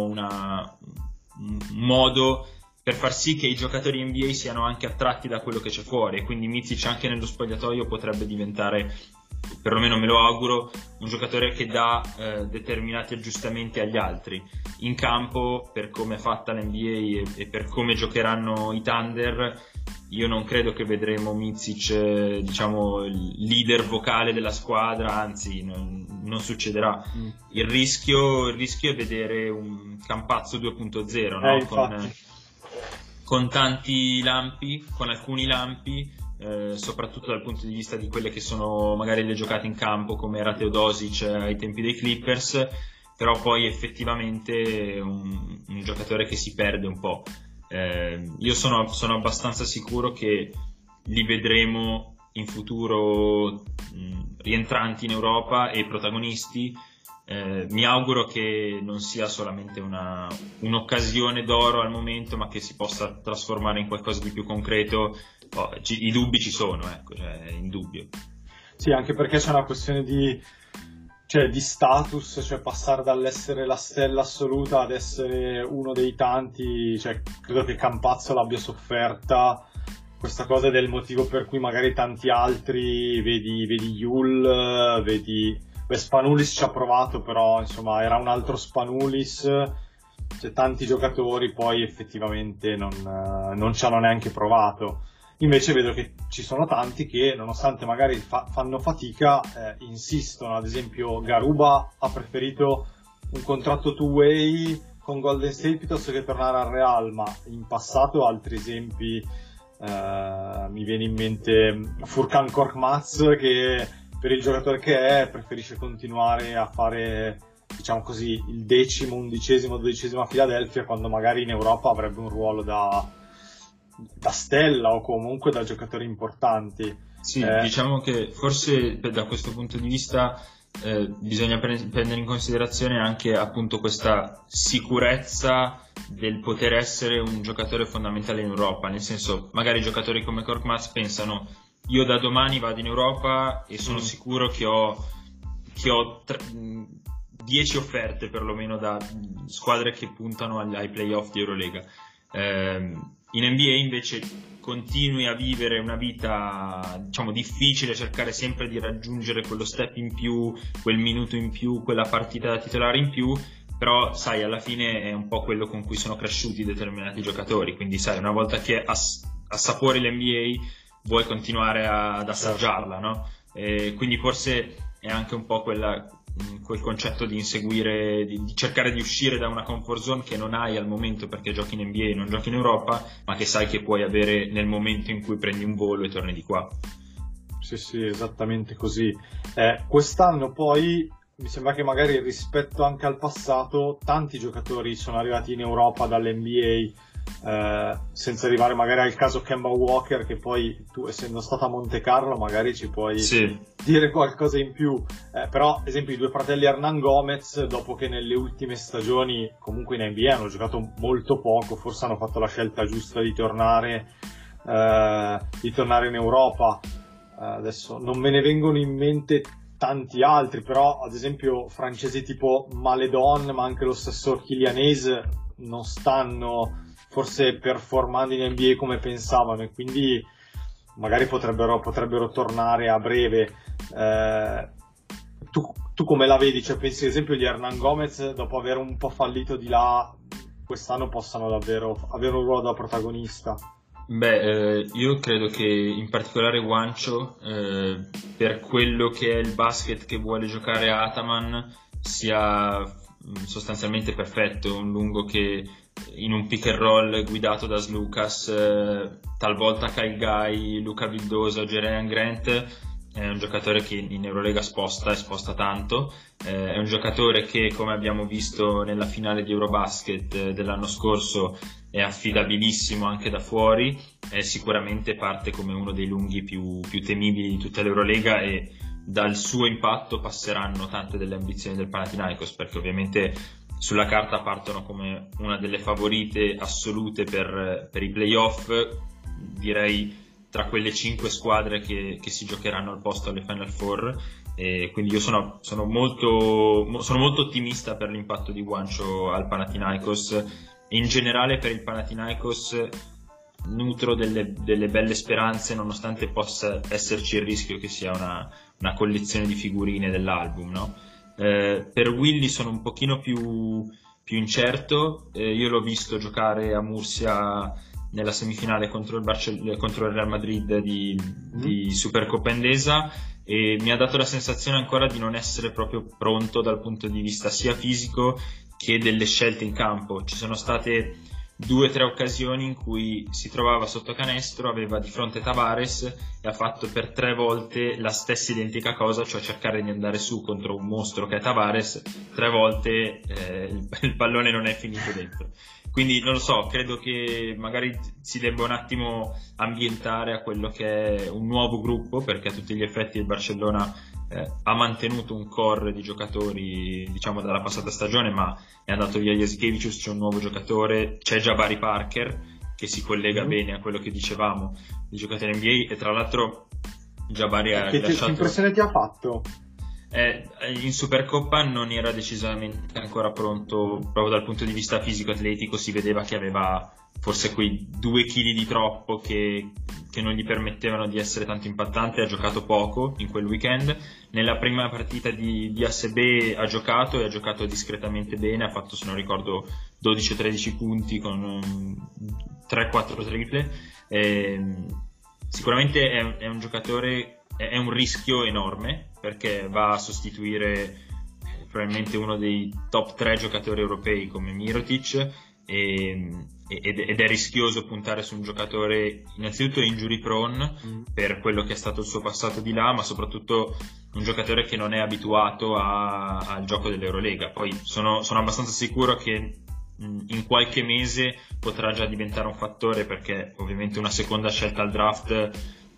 Speaker 5: un modo per far sì che i giocatori NBA siano anche attratti da quello che c'è fuori, e quindi Micic anche nello spogliatoio potrebbe diventare, perlomeno me lo auguro, un giocatore che dà determinati aggiustamenti agli altri. in campo, per come è fatta l'NBA e per come giocheranno i Thunder, io non credo che vedremo Micic, diciamo, il leader vocale della squadra, anzi non succederà. Il rischio è vedere un Campazzo 2.0, no? Con tanti lampi, con alcuni lampi, soprattutto dal punto di vista di quelle che sono magari le giocate in campo, come era Teodosic ai tempi dei Clippers, però poi effettivamente un giocatore che si perde un po'. Io sono abbastanza sicuro che li vedremo in futuro rientranti in Europa e protagonisti. Mi auguro che non sia solamente un'occasione d'oro al momento, ma che si possa trasformare in qualcosa di più concreto. I dubbi ci sono, ecco, cioè, è indubbio.
Speaker 4: Sì, anche perché c'è una questione di status, cioè passare dall'essere la stella assoluta ad essere uno dei tanti, cioè credo che Campazzo l'abbia sofferta questa cosa, del motivo per cui magari tanti altri, vedi Yul, Spanulis ci ha provato, però insomma era un altro Spanulis, cioè tanti giocatori poi effettivamente non ci hanno neanche provato. Invece vedo che ci sono tanti che, nonostante magari fanno fatica, insistono. Ad esempio Garuba ha preferito un contratto two-way con Golden State piuttosto che tornare al Real, ma in passato altri esempi, mi viene in mente Furkan Korkmaz, che per il giocatore che è preferisce continuare a fare, diciamo così, il 10º, 11º, 12º a Philadelphia, quando magari in Europa avrebbe un ruolo da stella o comunque da giocatori importanti.
Speaker 5: Sì, diciamo che forse da questo punto di vista bisogna prendere in considerazione anche appunto questa sicurezza del poter essere un giocatore fondamentale in Europa, nel senso, magari giocatori come Korkmaz pensano: io da domani vado in Europa e sono sicuro che ho 10 offerte perlomeno da squadre che puntano ai playoff di Eurolega. In NBA invece continui a vivere una vita, diciamo, difficile, cercare sempre di raggiungere quello step in più, quel minuto in più, quella partita da titolare in più, però sai, alla fine è un po' quello con cui sono cresciuti determinati giocatori, quindi sai, una volta che assapori l'NBA vuoi continuare ad assaggiarla, no? E quindi forse è anche un po' quel concetto di inseguire, di cercare di uscire da una comfort zone che non hai al momento perché giochi in NBA e non giochi in Europa, ma che sai che puoi avere nel momento in cui prendi un volo e torni di qua.
Speaker 4: Sì, esattamente così. Quest'anno poi mi sembra che magari rispetto anche al passato tanti giocatori sono arrivati in Europa dall'NBA, senza arrivare magari al caso Kemba Walker, che poi tu, essendo stato a Monte Carlo, magari ci puoi dire qualcosa in più, però ad esempio i due fratelli Hernan Gomez, dopo che nelle ultime stagioni comunque in NBA hanno giocato molto poco, forse hanno fatto la scelta giusta di tornare in Europa. Adesso non me ne vengono in mente tanti altri, però ad esempio francesi tipo Maledon, ma anche lo stesso Kylian Hayes non stanno forse performando in NBA come pensavano, e quindi magari potrebbero tornare a breve. Tu come la vedi? Cioè, pensi ad esempio di Hernan Gomez, dopo aver un po' fallito di là, quest'anno possano davvero avere un ruolo da protagonista?
Speaker 5: Io credo che in particolare Juancho, per quello che è il basket che vuole giocare Ataman, sia sostanzialmente perfetto, un lungo che in un pick and roll guidato da Slucas, talvolta Kyle Guy, Luca Vildosa, Jerian Grant, è un giocatore che in Eurolega sposta tanto, è un giocatore che, come abbiamo visto nella finale di Eurobasket dell'anno scorso, è affidabilissimo anche da fuori, sicuramente parte come uno dei lunghi più temibili di tutta l'Eurolega, e dal suo impatto passeranno tante delle ambizioni del Panathinaikos, perché ovviamente sulla carta partono come una delle favorite assolute per i playoff, direi tra quelle 5 squadre che si giocheranno al posto alle Final Four, e quindi io sono molto ottimista per l'impatto di Juancho al Panathinaikos, e in generale per il Panathinaikos nutro delle belle speranze, nonostante possa esserci il rischio che sia una collezione di figurine dell'album, no? Per Willy sono un pochino più più incerto. Io l'ho visto giocare a Murcia nella semifinale contro il Real Madrid di Supercoppa Endesa, e mi ha dato la sensazione ancora di non essere proprio pronto dal punto di vista sia fisico che delle scelte in campo. Ci sono state 2 o 3 occasioni in cui si trovava sotto canestro, aveva di fronte Tavares e ha fatto per 3 volte la stessa identica cosa, cioè cercare di andare su contro un mostro che è Tavares. 3 volte il pallone non è finito dentro. Quindi non lo so, credo che magari si debba un attimo ambientare a quello che è un nuovo gruppo, perché a tutti gli effetti il Barcellona ha mantenuto un core di giocatori, diciamo, dalla passata stagione, ma è andato via Jasikevičius, c'è un nuovo giocatore, c'è Jabari Parker che si collega bene a quello che dicevamo di giocatori NBA, e tra l'altro Jabari ha
Speaker 4: rilasciato... Che impressione ti ha fatto?
Speaker 5: In Supercoppa non era decisamente ancora pronto proprio dal punto di vista fisico-atletico, si vedeva che aveva forse quei 2 chili di troppo che non gli permettevano di essere tanto impattante. Ha giocato poco in quel weekend. Nella prima partita di ASB ha giocato, e ha giocato discretamente bene, ha fatto, se non ricordo, 12-13 punti con 3-4 triple. Sicuramente è un giocatore, è un rischio enorme, perché va a sostituire probabilmente uno dei top 3 giocatori europei come Mirotic, ed è rischioso puntare su un giocatore innanzitutto injury prone per quello che è stato il suo passato di là, ma soprattutto un giocatore che non è abituato al gioco dell'Eurolega. Poi sono abbastanza sicuro che in qualche mese potrà già diventare un fattore, perché ovviamente una seconda scelta al draft,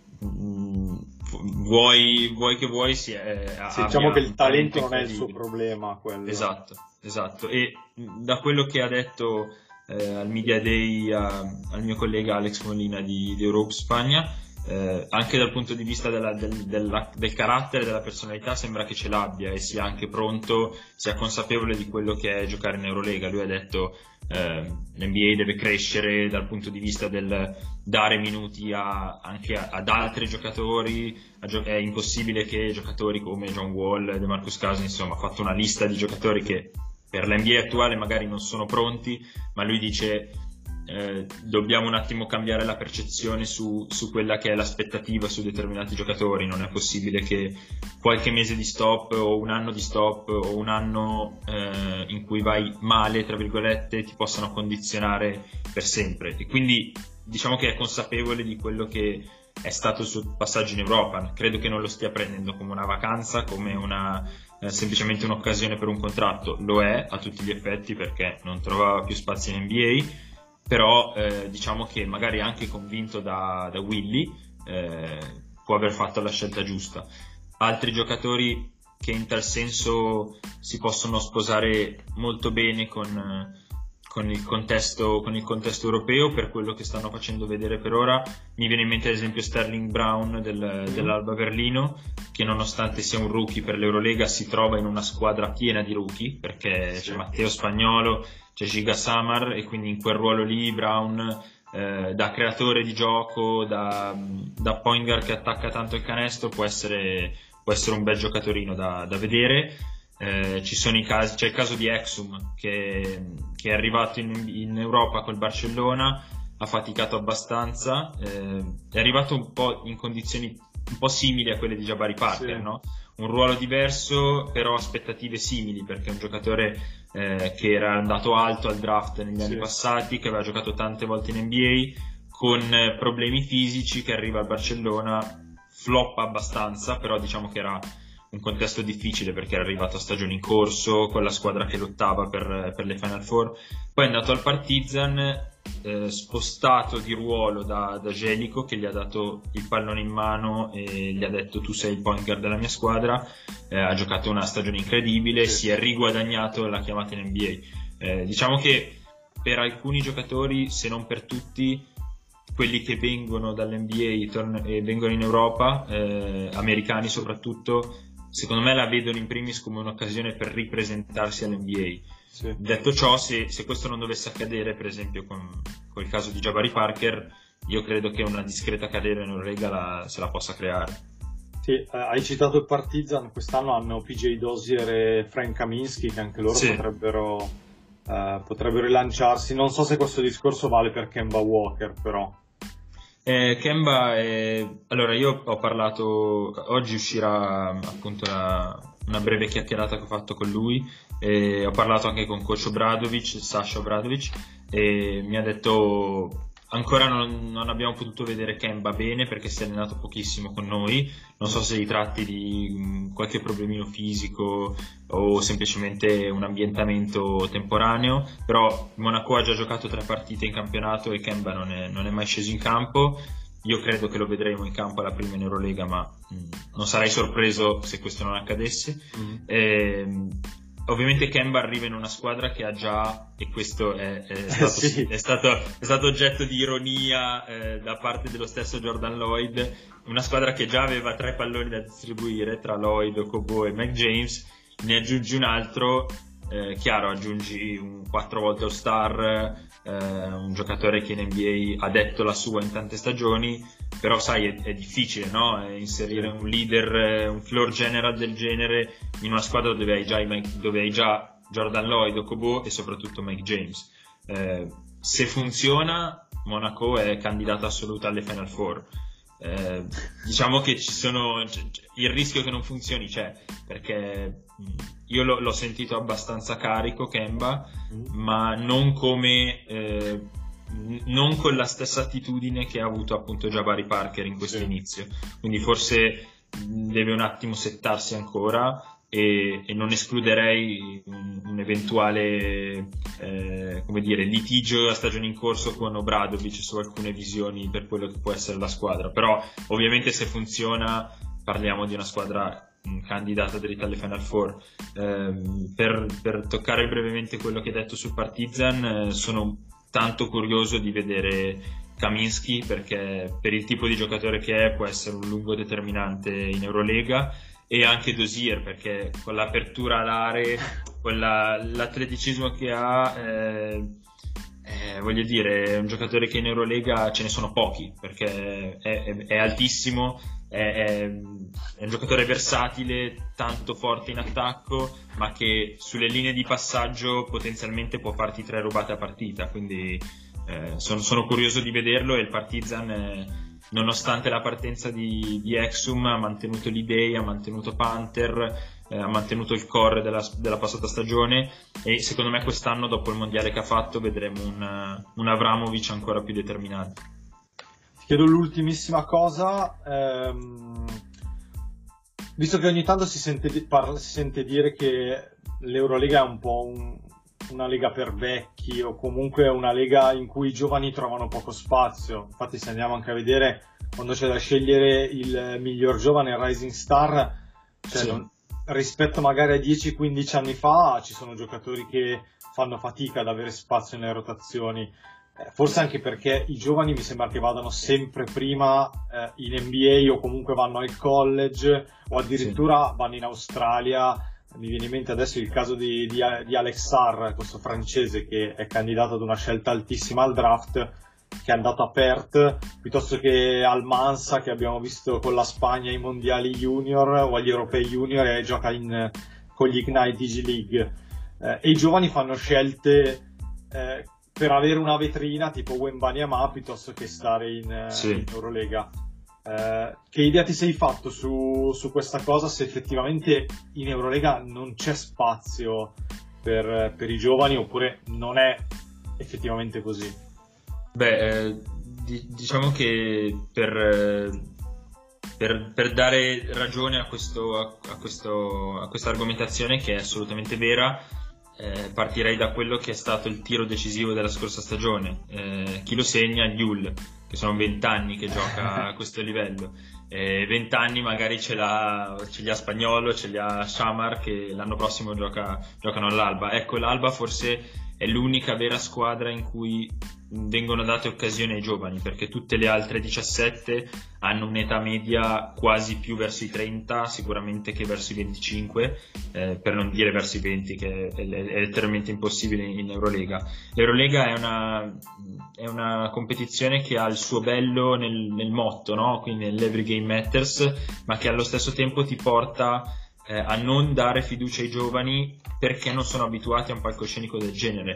Speaker 5: vuoi che vuoi,
Speaker 4: diciamo che il talento non è il suo problema, quello.
Speaker 5: Esatto. E da quello che ha detto al Media Day al mio collega Alex Molina di Europe Spagna, anche dal punto di vista del carattere, della personalità, sembra che ce l'abbia e sia anche pronto, sia consapevole di quello che è giocare in Eurolega. Lui ha detto l'NBA deve crescere dal punto di vista del dare minuti anche ad altri giocatori. È impossibile che giocatori come John Wall, DeMarcus Cousins, insomma, ha fatto una lista di giocatori che per l'NBA attuale magari non sono pronti, ma lui dice dobbiamo un attimo cambiare la percezione su quella che è l'aspettativa su determinati giocatori. Non è possibile che qualche mese di stop o un anno di stop o un anno in cui vai male, tra virgolette, ti possano condizionare per sempre. E quindi diciamo che è consapevole di quello che è stato il suo passaggio in Europa. Credo che non lo stia prendendo come una vacanza, come semplicemente un'occasione per un contratto. Lo è a tutti gli effetti, perché non trovava più spazio in NBA. Però diciamo che magari anche convinto da Willy può aver fatto la scelta giusta. Altri giocatori che in tal senso si possono sposare molto bene con il contesto europeo, per quello che stanno facendo vedere per ora, mi viene in mente ad esempio Sterling Brown dell'Alba Berlino, che nonostante sia un rookie per l'Eurolega si trova in una squadra piena di rookie, perché c'è Matteo Spagnolo, c'è Giga Samar, e quindi in quel ruolo lì Brown, da creatore di gioco, da point guard che attacca tanto il canestro, può essere un bel giocatorino da vedere. Ci sono i casi, c'è il caso di Exum che è arrivato in Europa col Barcellona, ha faticato abbastanza, è arrivato un po' in condizioni un po' simili a quelle di Jabari Parker, sì. No? Un ruolo diverso, però aspettative simili, perché è un giocatore che era andato alto al draft negli anni passati, che aveva giocato tante volte in NBA, con problemi fisici, che arriva al Barcellona, floppa abbastanza, però diciamo che era un contesto difficile, perché era arrivato a stagione in corso con la squadra che lottava per le Final Four. Poi è andato al Partizan, spostato di ruolo da Željko, che gli ha dato il pallone in mano e gli ha detto tu sei il point guard della mia squadra. Ha giocato una stagione incredibile, si è riguadagnato la chiamata in NBA. Diciamo che per alcuni giocatori, se non per tutti, quelli che vengono dall'NBA e vengono in Europa, americani soprattutto, secondo me la vedono in primis come un'occasione per ripresentarsi all'NBA. Sì. Detto ciò, se questo non dovesse accadere, per esempio con il caso di Jabari Parker, io credo che una discreta carriera in Eurolega se la possa creare.
Speaker 4: Sì, hai citato il Partizan, quest'anno hanno PJ Dozier e Frank Kaminsky, che anche loro potrebbero potrebbero rilanciarsi. Non so se questo discorso vale per Kemba Walker, però.
Speaker 5: Kemba allora, io ho parlato, oggi uscirà appunto una breve chiacchierata che ho fatto con lui, e ho parlato anche con coach Obradovic, Sasha Obradovic, e mi ha detto ancora non abbiamo potuto vedere Kemba bene perché si è allenato pochissimo con noi, non so se si tratti di qualche problemino fisico o semplicemente un ambientamento temporaneo, però Monaco ha già giocato 3 partite in campionato e Kemba non è mai sceso in campo. Io credo che lo vedremo in campo alla prima in Eurolega, ma non sarei sorpreso se questo non accadesse. Ovviamente Kemba arriva in una squadra che ha già, e questo è stato oggetto di ironia da parte dello stesso Jordan Lloyd, una squadra che già aveva 3 palloni da distribuire tra Lloyd, Okobo e Mike James, ne aggiungi un altro, chiaro, aggiungi un 4 volte All-Star, un giocatore che in NBA ha detto la sua in tante stagioni, però sai è difficile, no? Inserire un leader, un floor general del genere in una squadra dove hai già Jordan Lloyd, Okobo e soprattutto Mike James. Se funziona, Monaco è candidata assoluta alle Final Four. Diciamo che il rischio che non funzioni c'è, perché io l'ho sentito abbastanza carico Kemba, ma non con la stessa attitudine che ha avuto appunto Jabari Parker in questo inizio, quindi forse deve un attimo settarsi ancora, e non escluderei un eventuale litigio a stagione in corso con Obradovic su alcune visioni per quello che può essere la squadra. Però ovviamente se funziona parliamo di una squadra candidata dritta alle Final Four. Per toccare brevemente quello che hai detto sul Partizan, sono tanto curioso di vedere Kaminsky, perché per il tipo di giocatore che è può essere un lungo determinante in Eurolega, e anche Dozier, perché con l'apertura all'area, con l'atleticismo che ha, voglio dire, è un giocatore che in Eurolega ce ne sono pochi, perché è altissimo, è un giocatore versatile, tanto forte in attacco, ma che sulle linee di passaggio potenzialmente può farti 3 rubate a partita, quindi sono curioso di vederlo. E il Partizan, nonostante la partenza di Exum, ha mantenuto l'idea, ha mantenuto Panther, ha mantenuto il core della passata stagione, e secondo me quest'anno, dopo il mondiale che ha fatto, vedremo un Avramovic ancora più determinante.
Speaker 4: Ti chiedo l'ultimissima cosa, visto che ogni tanto si sente dire che l'Eurolega è un po' una lega per vecchi, o comunque una lega in cui i giovani trovano poco spazio. Infatti, se andiamo anche a vedere, quando c'è da scegliere il miglior giovane Rising Star, rispetto magari a 10-15 anni fa, ci sono giocatori che fanno fatica ad avere spazio nelle rotazioni, forse anche perché i giovani mi sembra che vadano sempre prima in NBA, o comunque vanno al college, o addirittura vanno in Australia. Mi viene in mente adesso il caso di Alex Sarr, questo francese che è candidato ad una scelta altissima al draft, che è andato a Perth, piuttosto che al Mansa, che abbiamo visto con la Spagna ai mondiali junior o agli europei junior, e gioca con gli Ignite G League. E i giovani fanno scelte per avere una vetrina tipo Wembanyama piuttosto che stare in Eurolega. Che idea ti sei fatto su questa cosa, se effettivamente in Eurolega non c'è spazio per i giovani, oppure non è effettivamente così?
Speaker 5: Diciamo che per dare ragione a questa argomentazione, che è assolutamente vera, partirei da quello che è stato il tiro decisivo della scorsa stagione. Chi lo segna? Yul, che sono 20 anni che gioca a questo livello. 20 anni magari ce li ha Spagnolo, ce li ha Shamar, che l'anno prossimo giocano all'Alba. Ecco, l'Alba forse è l'unica vera squadra in cui vengono date occasioni ai giovani, perché tutte le altre 17 hanno un'età media quasi più verso i 30 sicuramente che verso i 25, per non dire verso i 20, che è letteralmente impossibile in Eurolega. L'Eurolega è una competizione che ha il suo bello nel motto, no? Quindi nell'Every Game Matters, ma che allo stesso tempo ti porta a non dare fiducia ai giovani, perché non sono abituati a un palcoscenico del genere.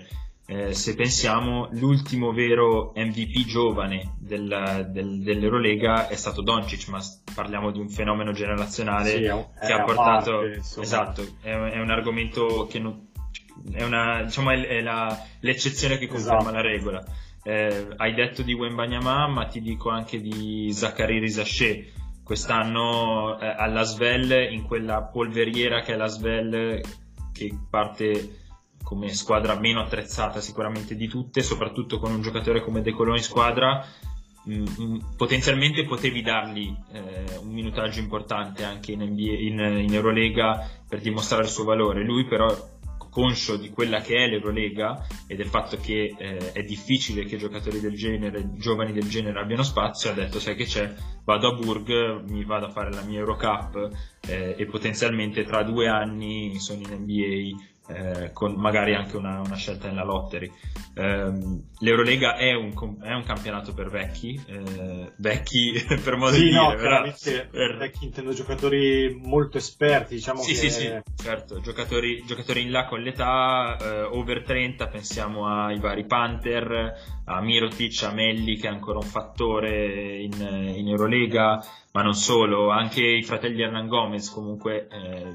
Speaker 5: se pensiamo, l'ultimo vero MVP giovane dell'Eurolega è stato Doncic, ma parliamo di un fenomeno generazionale che ha portato parte, esatto, è un argomento che non, è l'eccezione che conferma la regola. Hai detto di Wembanyama, ma ti dico anche di Zaccharie Risacher. Quest'anno alla Svel, in quella polveriera che è la Svel, che parte come squadra meno attrezzata sicuramente di tutte, soprattutto con un giocatore come De Colo in squadra, potenzialmente potevi dargli un minutaggio importante anche in NBA, in Eurolega, per dimostrare il suo valore. Lui però, conscio di quella che è l'Eurolega e del fatto che è difficile che giocatori del genere, giovani del genere, abbiano spazio, ha detto: sai che c'è, vado a Burg, mi vado a fare la mia Eurocup e potenzialmente tra 2 anni sono in NBA, con magari anche una scelta nella lottery. L'Eurolega è un campionato per vecchi per modo di dire,
Speaker 4: chiaramente vecchi intendo giocatori molto esperti, diciamo.
Speaker 5: Sì, certo, giocatori in là con l'età, over 30, pensiamo ai vari Panther, a Mirotic, a Melli, che è ancora un fattore in Eurolega, ma non solo, anche i fratelli Hernan Gomez comunque,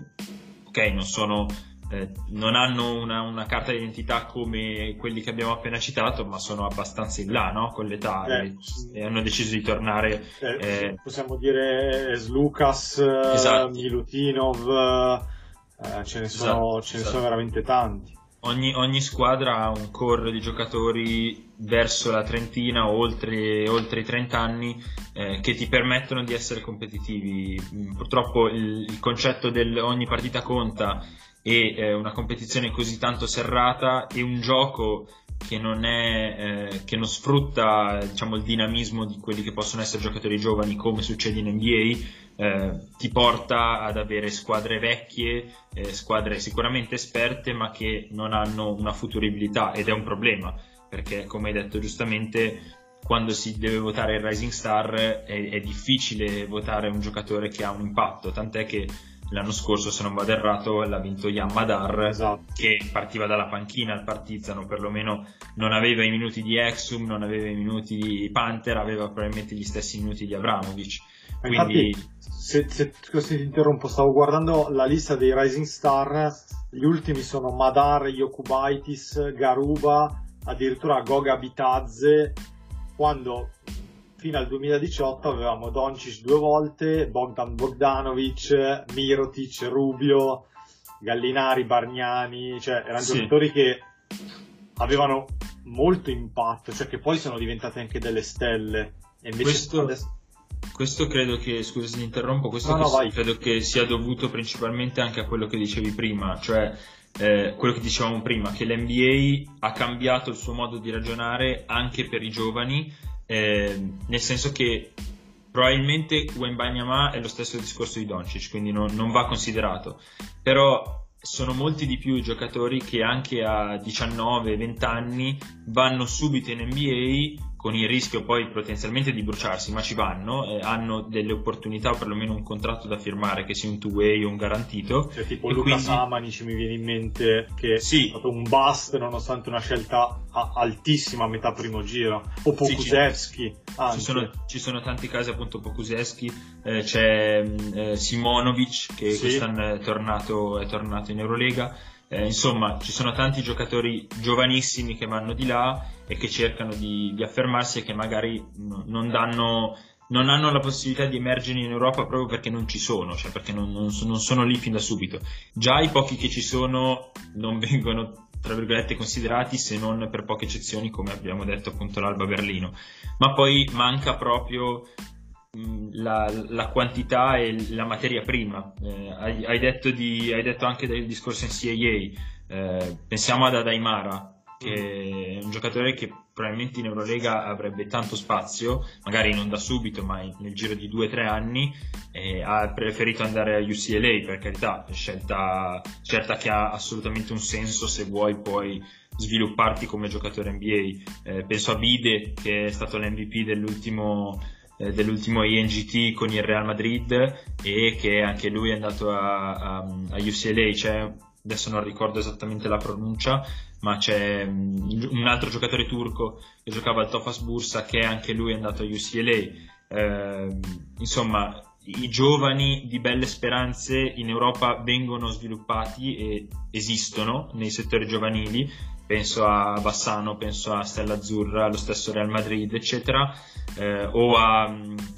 Speaker 5: non hanno una carta d'identità come quelli che abbiamo appena citato, ma sono abbastanza in là, no? Con l'età, e hanno deciso di tornare.
Speaker 4: Possiamo dire Lucas, esatto. Milutinov, ce ne sono veramente tanti.
Speaker 5: Ogni squadra ha un core di giocatori verso la trentina o oltre i 30 anni che ti permettono di essere competitivi. Purtroppo il concetto ogni partita conta, e una competizione così tanto serrata e un gioco che non sfrutta, diciamo, il dinamismo di quelli che possono essere giocatori giovani, come succede in NBA, ti porta ad avere squadre vecchie, squadre sicuramente esperte, ma che non hanno una futuribilità, ed è un problema, perché, come hai detto giustamente, quando si deve votare il Rising Star è difficile votare un giocatore che ha un impatto, tant'è che l'anno scorso, se non vado errato, l'ha vinto Yam Madar, esatto, che partiva dalla panchina al Partizan, perlomeno non aveva i minuti di Exum, non aveva i minuti di Panther, aveva probabilmente gli stessi minuti di Abramovic. Quindi,
Speaker 4: se ti interrompo, stavo guardando la lista dei Rising Star, gli ultimi sono Madar, Jokubaitis, Garuba, addirittura Goga Bitadze, quando fino al 2018 avevamo Doncic 2 volte, Bogdan Bogdanovic, Mirotic, Rubio, Gallinari, Bargnani, cioè erano giocatori che avevano molto impatto, cioè che poi sono diventati anche delle stelle. E invece
Speaker 5: questo credo che, scusa se ti interrompo, credo che sia dovuto principalmente anche a quello che dicevi prima, cioè quello che dicevamo prima, che l'NBA ha cambiato il suo modo di ragionare anche per i giovani, nel senso che probabilmente Wembanyama è lo stesso discorso di Doncic, quindi non va considerato, però sono molti di più i giocatori che anche a 19-20 anni vanno subito in NBA, con il rischio poi potenzialmente di bruciarsi, ma ci vanno, hanno delle opportunità, o perlomeno un contratto da firmare che sia un two-way o un garantito.
Speaker 4: Cioè, tipo Lucas Amanic mi viene in mente, che è stato un bust nonostante una scelta altissima a metà primo giro, o Pokusevski.
Speaker 5: Ci sono tanti casi, appunto Pokusevski, c'è Simonovic che quest'anno è tornato in Eurolega. Insomma, ci sono tanti giocatori giovanissimi che vanno di là e che cercano di affermarsi, e che magari non hanno la possibilità di emergere in Europa proprio perché non ci sono, cioè perché non sono lì fin da subito. Già i pochi che ci sono non vengono, tra virgolette, considerati, se non per poche eccezioni, come abbiamo detto, appunto l'Alba Berlino. Ma poi manca proprio la quantità e la materia prima. Hai detto anche del discorso NCAA, pensiamo ad Adaimara, che è un giocatore che probabilmente in Eurolega avrebbe tanto spazio, magari non da subito, ma nel giro di 2-3 anni, ha preferito andare a UCLA, per carità, scelta che ha assolutamente un senso se vuoi poi svilupparti come giocatore NBA. Penso a Bide, che è stato l'MVP dell'ultimo INGT con il Real Madrid, e che anche lui è andato a UCLA. C'è adesso non ricordo esattamente la pronuncia, ma c'è un altro giocatore turco che giocava al Tofas Bursa, che anche lui è andato a UCLA. Insomma, i giovani di belle speranze in Europa vengono sviluppati e esistono nei settori giovanili. Penso a Bassano, penso a Stella Azzurra, allo stesso Real Madrid, eccetera, o a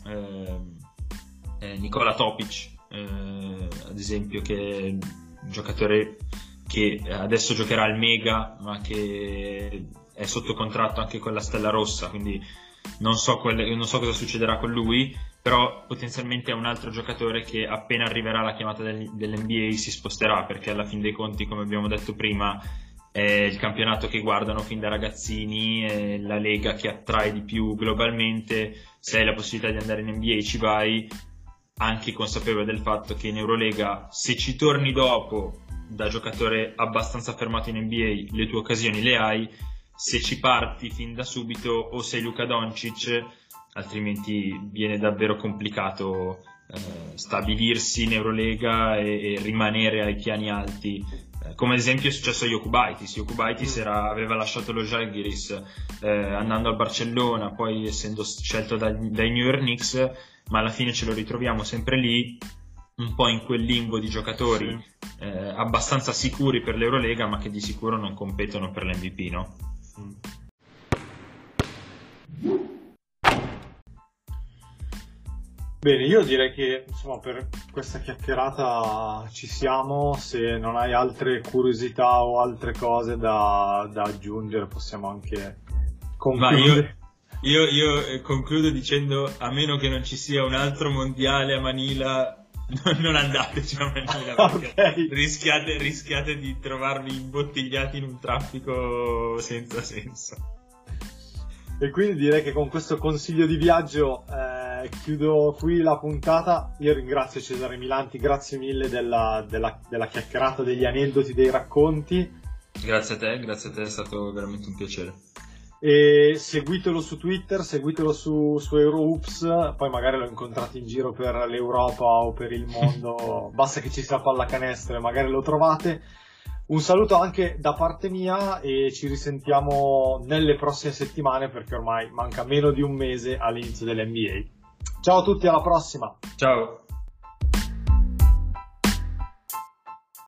Speaker 5: Nikola Topic, ad esempio, che è un giocatore che adesso giocherà al Mega, ma che è sotto contratto anche con la Stella Rossa, quindi non so cosa succederà con lui, però potenzialmente è un altro giocatore che appena arriverà la chiamata dell'NBA si sposterà, perché alla fin dei conti, come abbiamo detto prima, è il campionato che guardano fin da ragazzini, è la lega che attrae di più globalmente. Se hai la possibilità di andare in NBA ci vai, anche consapevole del fatto che in Eurolega, se ci torni dopo da giocatore abbastanza fermato in NBA, le tue occasioni le hai. Se ci parti fin da subito o sei Luka Doncic, altrimenti viene davvero complicato stabilirsi in Eurolega e rimanere ai piani alti, come ad esempio è successo a Jokubaitis. Aveva lasciato lo Žalgiris andando al Barcellona, poi essendo scelto dai New York Knicks, ma alla fine ce lo ritroviamo sempre lì, un po' in quel limbo di giocatori abbastanza sicuri per l'Eurolega, ma che di sicuro non competono per l'MVP, no?
Speaker 4: Bene, io direi che insomma per questa chiacchierata ci siamo. Se non hai altre curiosità o altre cose da aggiungere, possiamo anche concludere.
Speaker 5: Io concludo dicendo, a meno che non ci sia un altro mondiale a Manila, non andateci a Manila, perché
Speaker 4: Okay.
Speaker 5: rischiate di trovarvi imbottigliati in un traffico senza senso.
Speaker 4: E quindi direi che con questo consiglio di viaggio chiudo qui la puntata. Io ringrazio Cesare Milanti, grazie mille della chiacchierata, degli aneddoti, dei racconti.
Speaker 5: Grazie a te, è stato veramente un piacere.
Speaker 4: E seguitelo su Twitter, seguitelo su Eurohoops, poi magari lo incontrate in giro per l'Europa o per il mondo, basta che ci sia pallacanestro e magari lo trovate. Un saluto anche da parte mia e ci risentiamo nelle prossime settimane, perché ormai manca meno di un mese all'inizio dell'NBA. Ciao a tutti, alla prossima!
Speaker 5: Ciao!